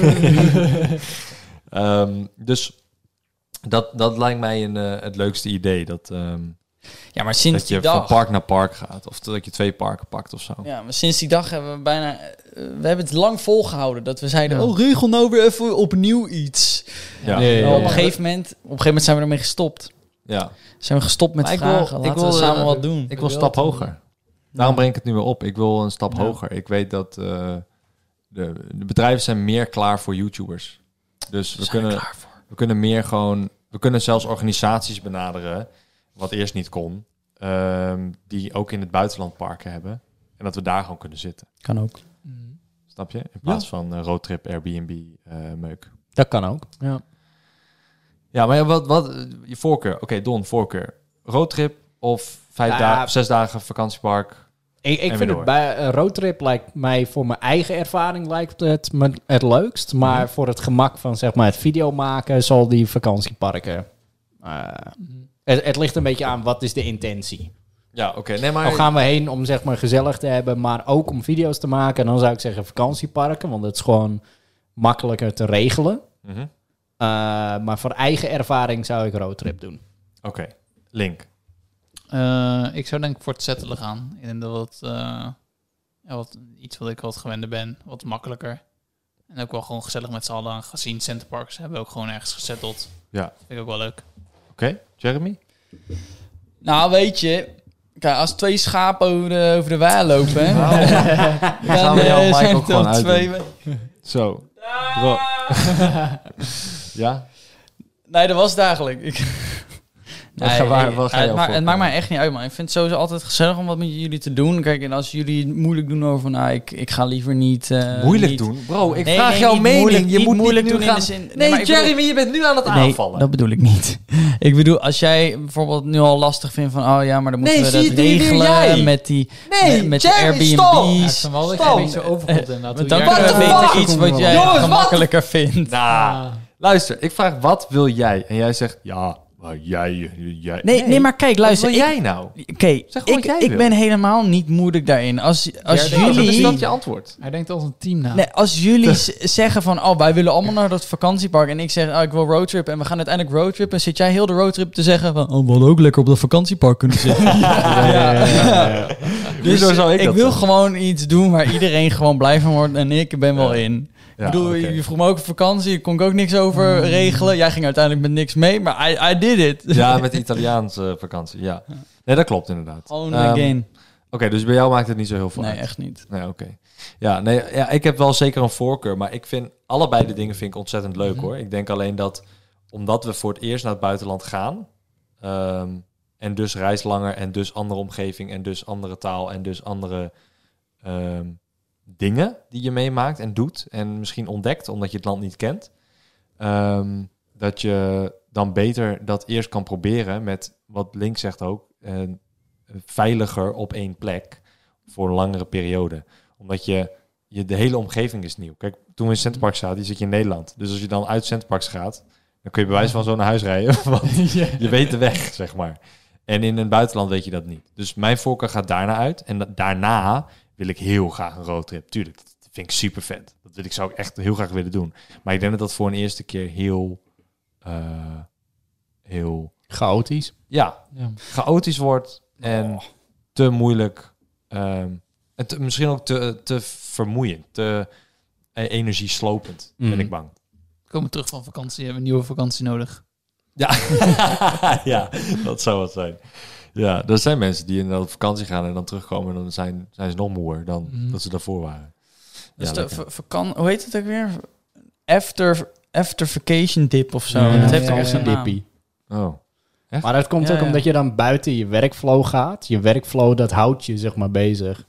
Dus dat lijkt mij het leukste idee. Ja, maar sinds Dat je die van dag... park naar park gaat. Of dat je 2 parken pakt of zo. Ja, maar sinds die dag hebben we bijna... we hebben het lang volgehouden. Dat we zeiden, regel nou weer even opnieuw iets. Ja. En op een gegeven moment zijn we ermee gestopt. Ja. Zijn we gestopt met Maar vragen. Laten we samen wat doen. Ik wil een stap hoger. Daarom breng ik het nu weer op. Ik wil een stap hoger. Ik weet dat de bedrijven zijn meer klaar voor YouTubers. Dus we kunnen meer gewoon... We kunnen zelfs organisaties benaderen, wat eerst niet kon, die ook in het buitenland parken hebben. En dat we daar gewoon kunnen zitten. Kan ook. Snap je? In plaats van roadtrip, Airbnb, meuk. Dat kan ook. Ja. Ja, maar wat je voorkeur? Oké, Don, voorkeur. Roadtrip of 6 dagen vakantiepark? Ik weer vind door. het bij een roadtrip lijkt mij voor mijn eigen ervaring lijkt het me het leukst. Maar voor het gemak van zeg maar het video maken zal die vakantieparken... Het ligt een beetje aan wat is de intentie. Ja, oké. Nee, maar... Dan gaan we heen om zeg maar gezellig te hebben, maar ook om video's te maken. En dan zou ik zeggen vakantieparken, want het is gewoon makkelijker te regelen. Mhm. Maar voor eigen ervaring zou ik roadtrip doen. Oké. Link. Ik zou denk ik voor het settelen gaan. Ik denk dat iets wat ik wat gewend ben, wat makkelijker. En ook wel gewoon gezellig met z'n allen aangezien Center Parcs hebben we ook gewoon ergens gesetteld. Ja. Vind ik ook wel leuk. Oké. Jeremy? Nou, weet je... Kijk, als 2 schapen over de wei lopen... hè, gaan we jouw mic zijn ook het gewoon al 2... Zo. Ja? Nee, dat was het eigenlijk. Wat ga je het maakt mij echt niet uit, man. Ik vind het sowieso altijd gezellig om wat met jullie te doen. Kijk, en als jullie het moeilijk doen over... Nou, ik ga liever niet... Moeilijk niet... doen? Bro, ik Nee, vraag nee, jouw niet mening. moeilijk- Je niet moet moeilijk niet doen nu in gaan... de zin... Nee, maar ik bedoel- Jeremy, je bent nu aan het aanvallen. dat bedoel ik niet. Ik bedoel, als jij bijvoorbeeld nu al lastig vindt van... Oh ja, maar dan moeten Nee, we dat zie je, doe je weer regelen jij. met die... Nee, met de Jeremy, Airbnb's. stop! Ja, ik vind wel dat je een beetje overkomt inderdaad. Want dan Hoe jij- kunnen we What the weten fuck? iets wat jij Jongens, wat? gemakkelijker vindt. Nou, luister. Ik vraag, wat wil jij? En jij zegt, ja, jij... Nee, maar kijk, luister. Wat wil jij nou? Oké, Zeg gewoon wat jij ik wil. ben helemaal niet moeilijk daarin. Als Is jullie... dat je antwoord? Hij denkt als een team na. Nee, als jullie zeggen van, wij willen allemaal naar dat vakantiepark en ik zeg, ik wil roadtrip en we gaan uiteindelijk roadtrippen, zit jij heel de roadtrip te zeggen van, we hadden ook lekker op dat vakantiepark kunnen zitten. Dus Hoezo zou ik ik dat wil zeggen? gewoon iets doen waar iedereen gewoon blij van wordt en ik ben wel in. Ja, Ik bedoel, oké. je vroeg me ook op vakantie, kon ik ook niks over regelen. Jij ging uiteindelijk met niks mee, maar I did it. Ja, met de Italiaanse vakantie, ja. Nee, dat klopt inderdaad. Gewoon Ehm, again. Oké, dus bij jou maakt het niet zo heel veel Nee, uit. echt niet. Nee, oké. Ja, ik heb wel zeker een voorkeur, maar ik vind allebei de dingen vind ik ontzettend leuk hoor. Ik denk alleen dat, omdat we voor het eerst naar het buitenland gaan, en dus reis langer en dus andere omgeving en dus andere taal en dus andere dingen die je meemaakt en doet en misschien ontdekt omdat je het land niet kent, dat je dan beter dat eerst kan proberen met, wat Link zegt ook, veiliger op één plek voor een langere periode. Omdat je de hele omgeving is nieuw. Kijk, toen we in Centerpark zaten, zit je in Nederland. Dus als je dan uit Centerparks gaat, dan kun je bij wijze van zo naar huis rijden. Want je weet de weg, zeg maar. En in het buitenland weet je dat niet. Dus mijn voorkeur gaat daarna uit. En daarna wil ik heel graag een roadtrip. Tuurlijk, dat vind ik super vet. Zou ik echt heel graag willen doen. Maar ik denk dat dat voor een eerste keer heel Chaotisch. ja, chaotisch wordt en te moeilijk. En misschien ook te vermoeiend, te energieslopend, ben ik bang. We komen terug van vakantie, hebben een nieuwe vakantie nodig. Ja, ja, dat zou wat zijn. Ja, er zijn mensen die inderdaad op vakantie gaan en dan terugkomen en dan zijn ze nog moeer dan dat ze daarvoor waren. Dus Ja, de hoe heet het ook weer? After vacation dip of zo. Ja, dat heeft ook echt een naam. dippie. Oh, echt? Maar dat komt Ja, ook ja. omdat je dan buiten je workflow gaat. Je workflow, dat houdt je zeg maar bezig.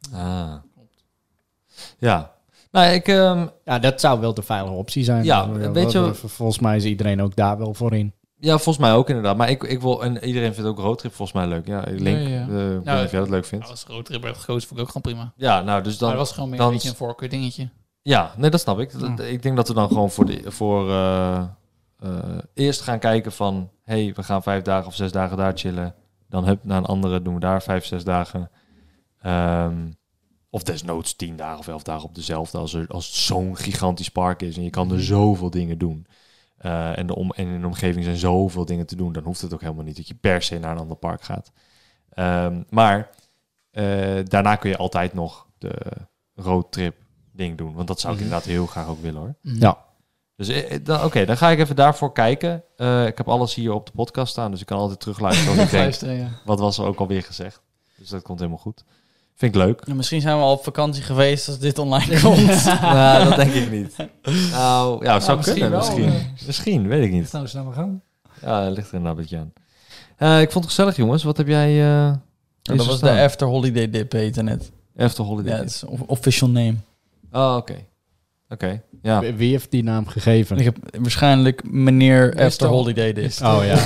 Ja. Nou, ik... Ja, dat zou wel de veilige optie zijn. Ja, weet je- Volgens mij is iedereen ook daar wel voor in. Ja, volgens mij ook inderdaad. Maar ik wil... En iedereen vindt ook roadtrip volgens mij leuk. Ja, Link, Ja, ja. ik weet niet of jij dat leuk vindt. Nou, als roadtrip werd gekozen, vond ik ook gewoon prima. Ja, nou, dus dan... Maar dat was gewoon meer dan- een beetje een voorkeur dingetje. Ja, nee, dat snap ik. Ik denk dat we dan gewoon voor eerst gaan kijken van... hey, we gaan 5 dagen of 6 dagen daar chillen. Dan naar een andere doen we daar 5, 6 dagen. Of desnoods 10 dagen of 11 dagen op dezelfde. Als het zo'n gigantisch park is en je kan er zoveel dingen doen. En in de omgeving zijn zoveel dingen te doen. Dan hoeft het ook helemaal niet dat je per se naar een ander park gaat. Maar daarna kun je altijd nog de roadtrip ding doen. Want dat zou ik inderdaad heel graag ook willen hoor. Ja. Dus oké, dan ga ik even daarvoor kijken. Ik heb alles hier op de podcast staan, dus ik kan altijd terugluisteren als ik denk, Luisteren, ja. wat was er ook alweer gezegd. Dus dat komt helemaal goed. Vind ik leuk. Ja, misschien zijn we al op vakantie geweest als dit online komt. Nou, dat denk ik niet. Nou, ja, het zou misschien kunnen. wel, Misschien, weet ik niet. Nou, snel gaan. Ja, het ligt er inderdaad een beetje aan. Ik vond het gezellig, jongens. Wat heb jij... Dat was de After Holiday Dip, heette het. After Holiday. Ja, het is official name. Oh, oké. Ja. Wie heeft die naam gegeven? Ik heb waarschijnlijk meneer After Meestal- Holiday Dip. Oh ja.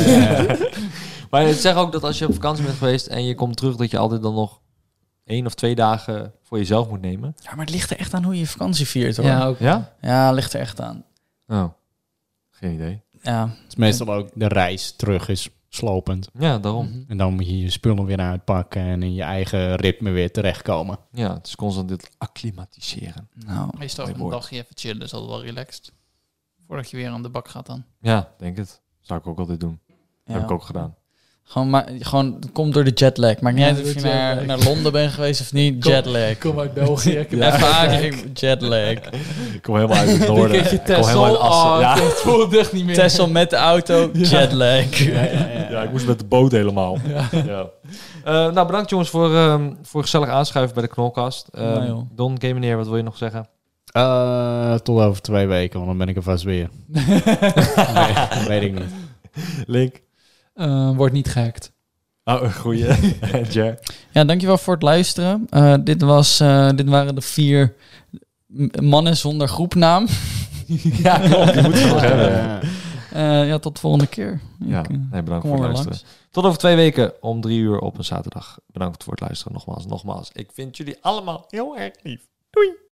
Maar het zegt ook dat als je op vakantie bent geweest en je komt terug, dat je altijd dan nog 1 of 2 dagen voor jezelf moet nemen. Ja, maar het ligt er echt aan hoe je vakantie viert, hoor. Ja, ook. Ja? Ja, ligt er echt aan. Oh, geen idee. Ja, Het is meestal ook de reis terug is slopend. Ja, daarom. En dan moet je je spullen weer uitpakken en in je eigen ritme weer terechtkomen. Ja, het is constant dit acclimatiseren. nou, Meestal Mooi even een woord. dagje even chillen, is altijd wel relaxed. Voordat je weer aan de bak gaat dan. Ja, denk het. Zou ik ook altijd doen. ja. Heb ik ook gedaan. Gewoon, het komt door de jetlag. Maakt niet Ja, uit of de je jetlag. naar Londen bent geweest of niet. Jetlag. Kom uit België. Ik heb Even aankijken, jetlag. Ik kom helemaal uit het noorden. Een keertje Ik kom helemaal uit Texel. Assen. Ja. Ik voel het echt niet meer. Texel met de auto, jetlag. Ja, ik moest met de boot helemaal. Ja. Nou, bedankt jongens voor gezellig aanschuiven bij de Knolkast. Nou, joh. Don, Game Meneer, wat wil je nog zeggen? Tot over 2 weken, want dan ben ik er vast weer. Nee, dat weet ik niet. Link. Wordt niet gehackt. Oh, goeie. Jer. Ja, dankjewel voor het luisteren. Dit waren de 4 mannen zonder groepnaam. Ja, klopt. Die moeten we nog hebben. Ja, tot de volgende keer. Ja, Ik, nee, bedankt kom voor er het weer luisteren. langs. Tot over 2 weken om 3 uur op een zaterdag. Bedankt voor het luisteren nogmaals. Ik vind jullie allemaal heel erg lief. Doei.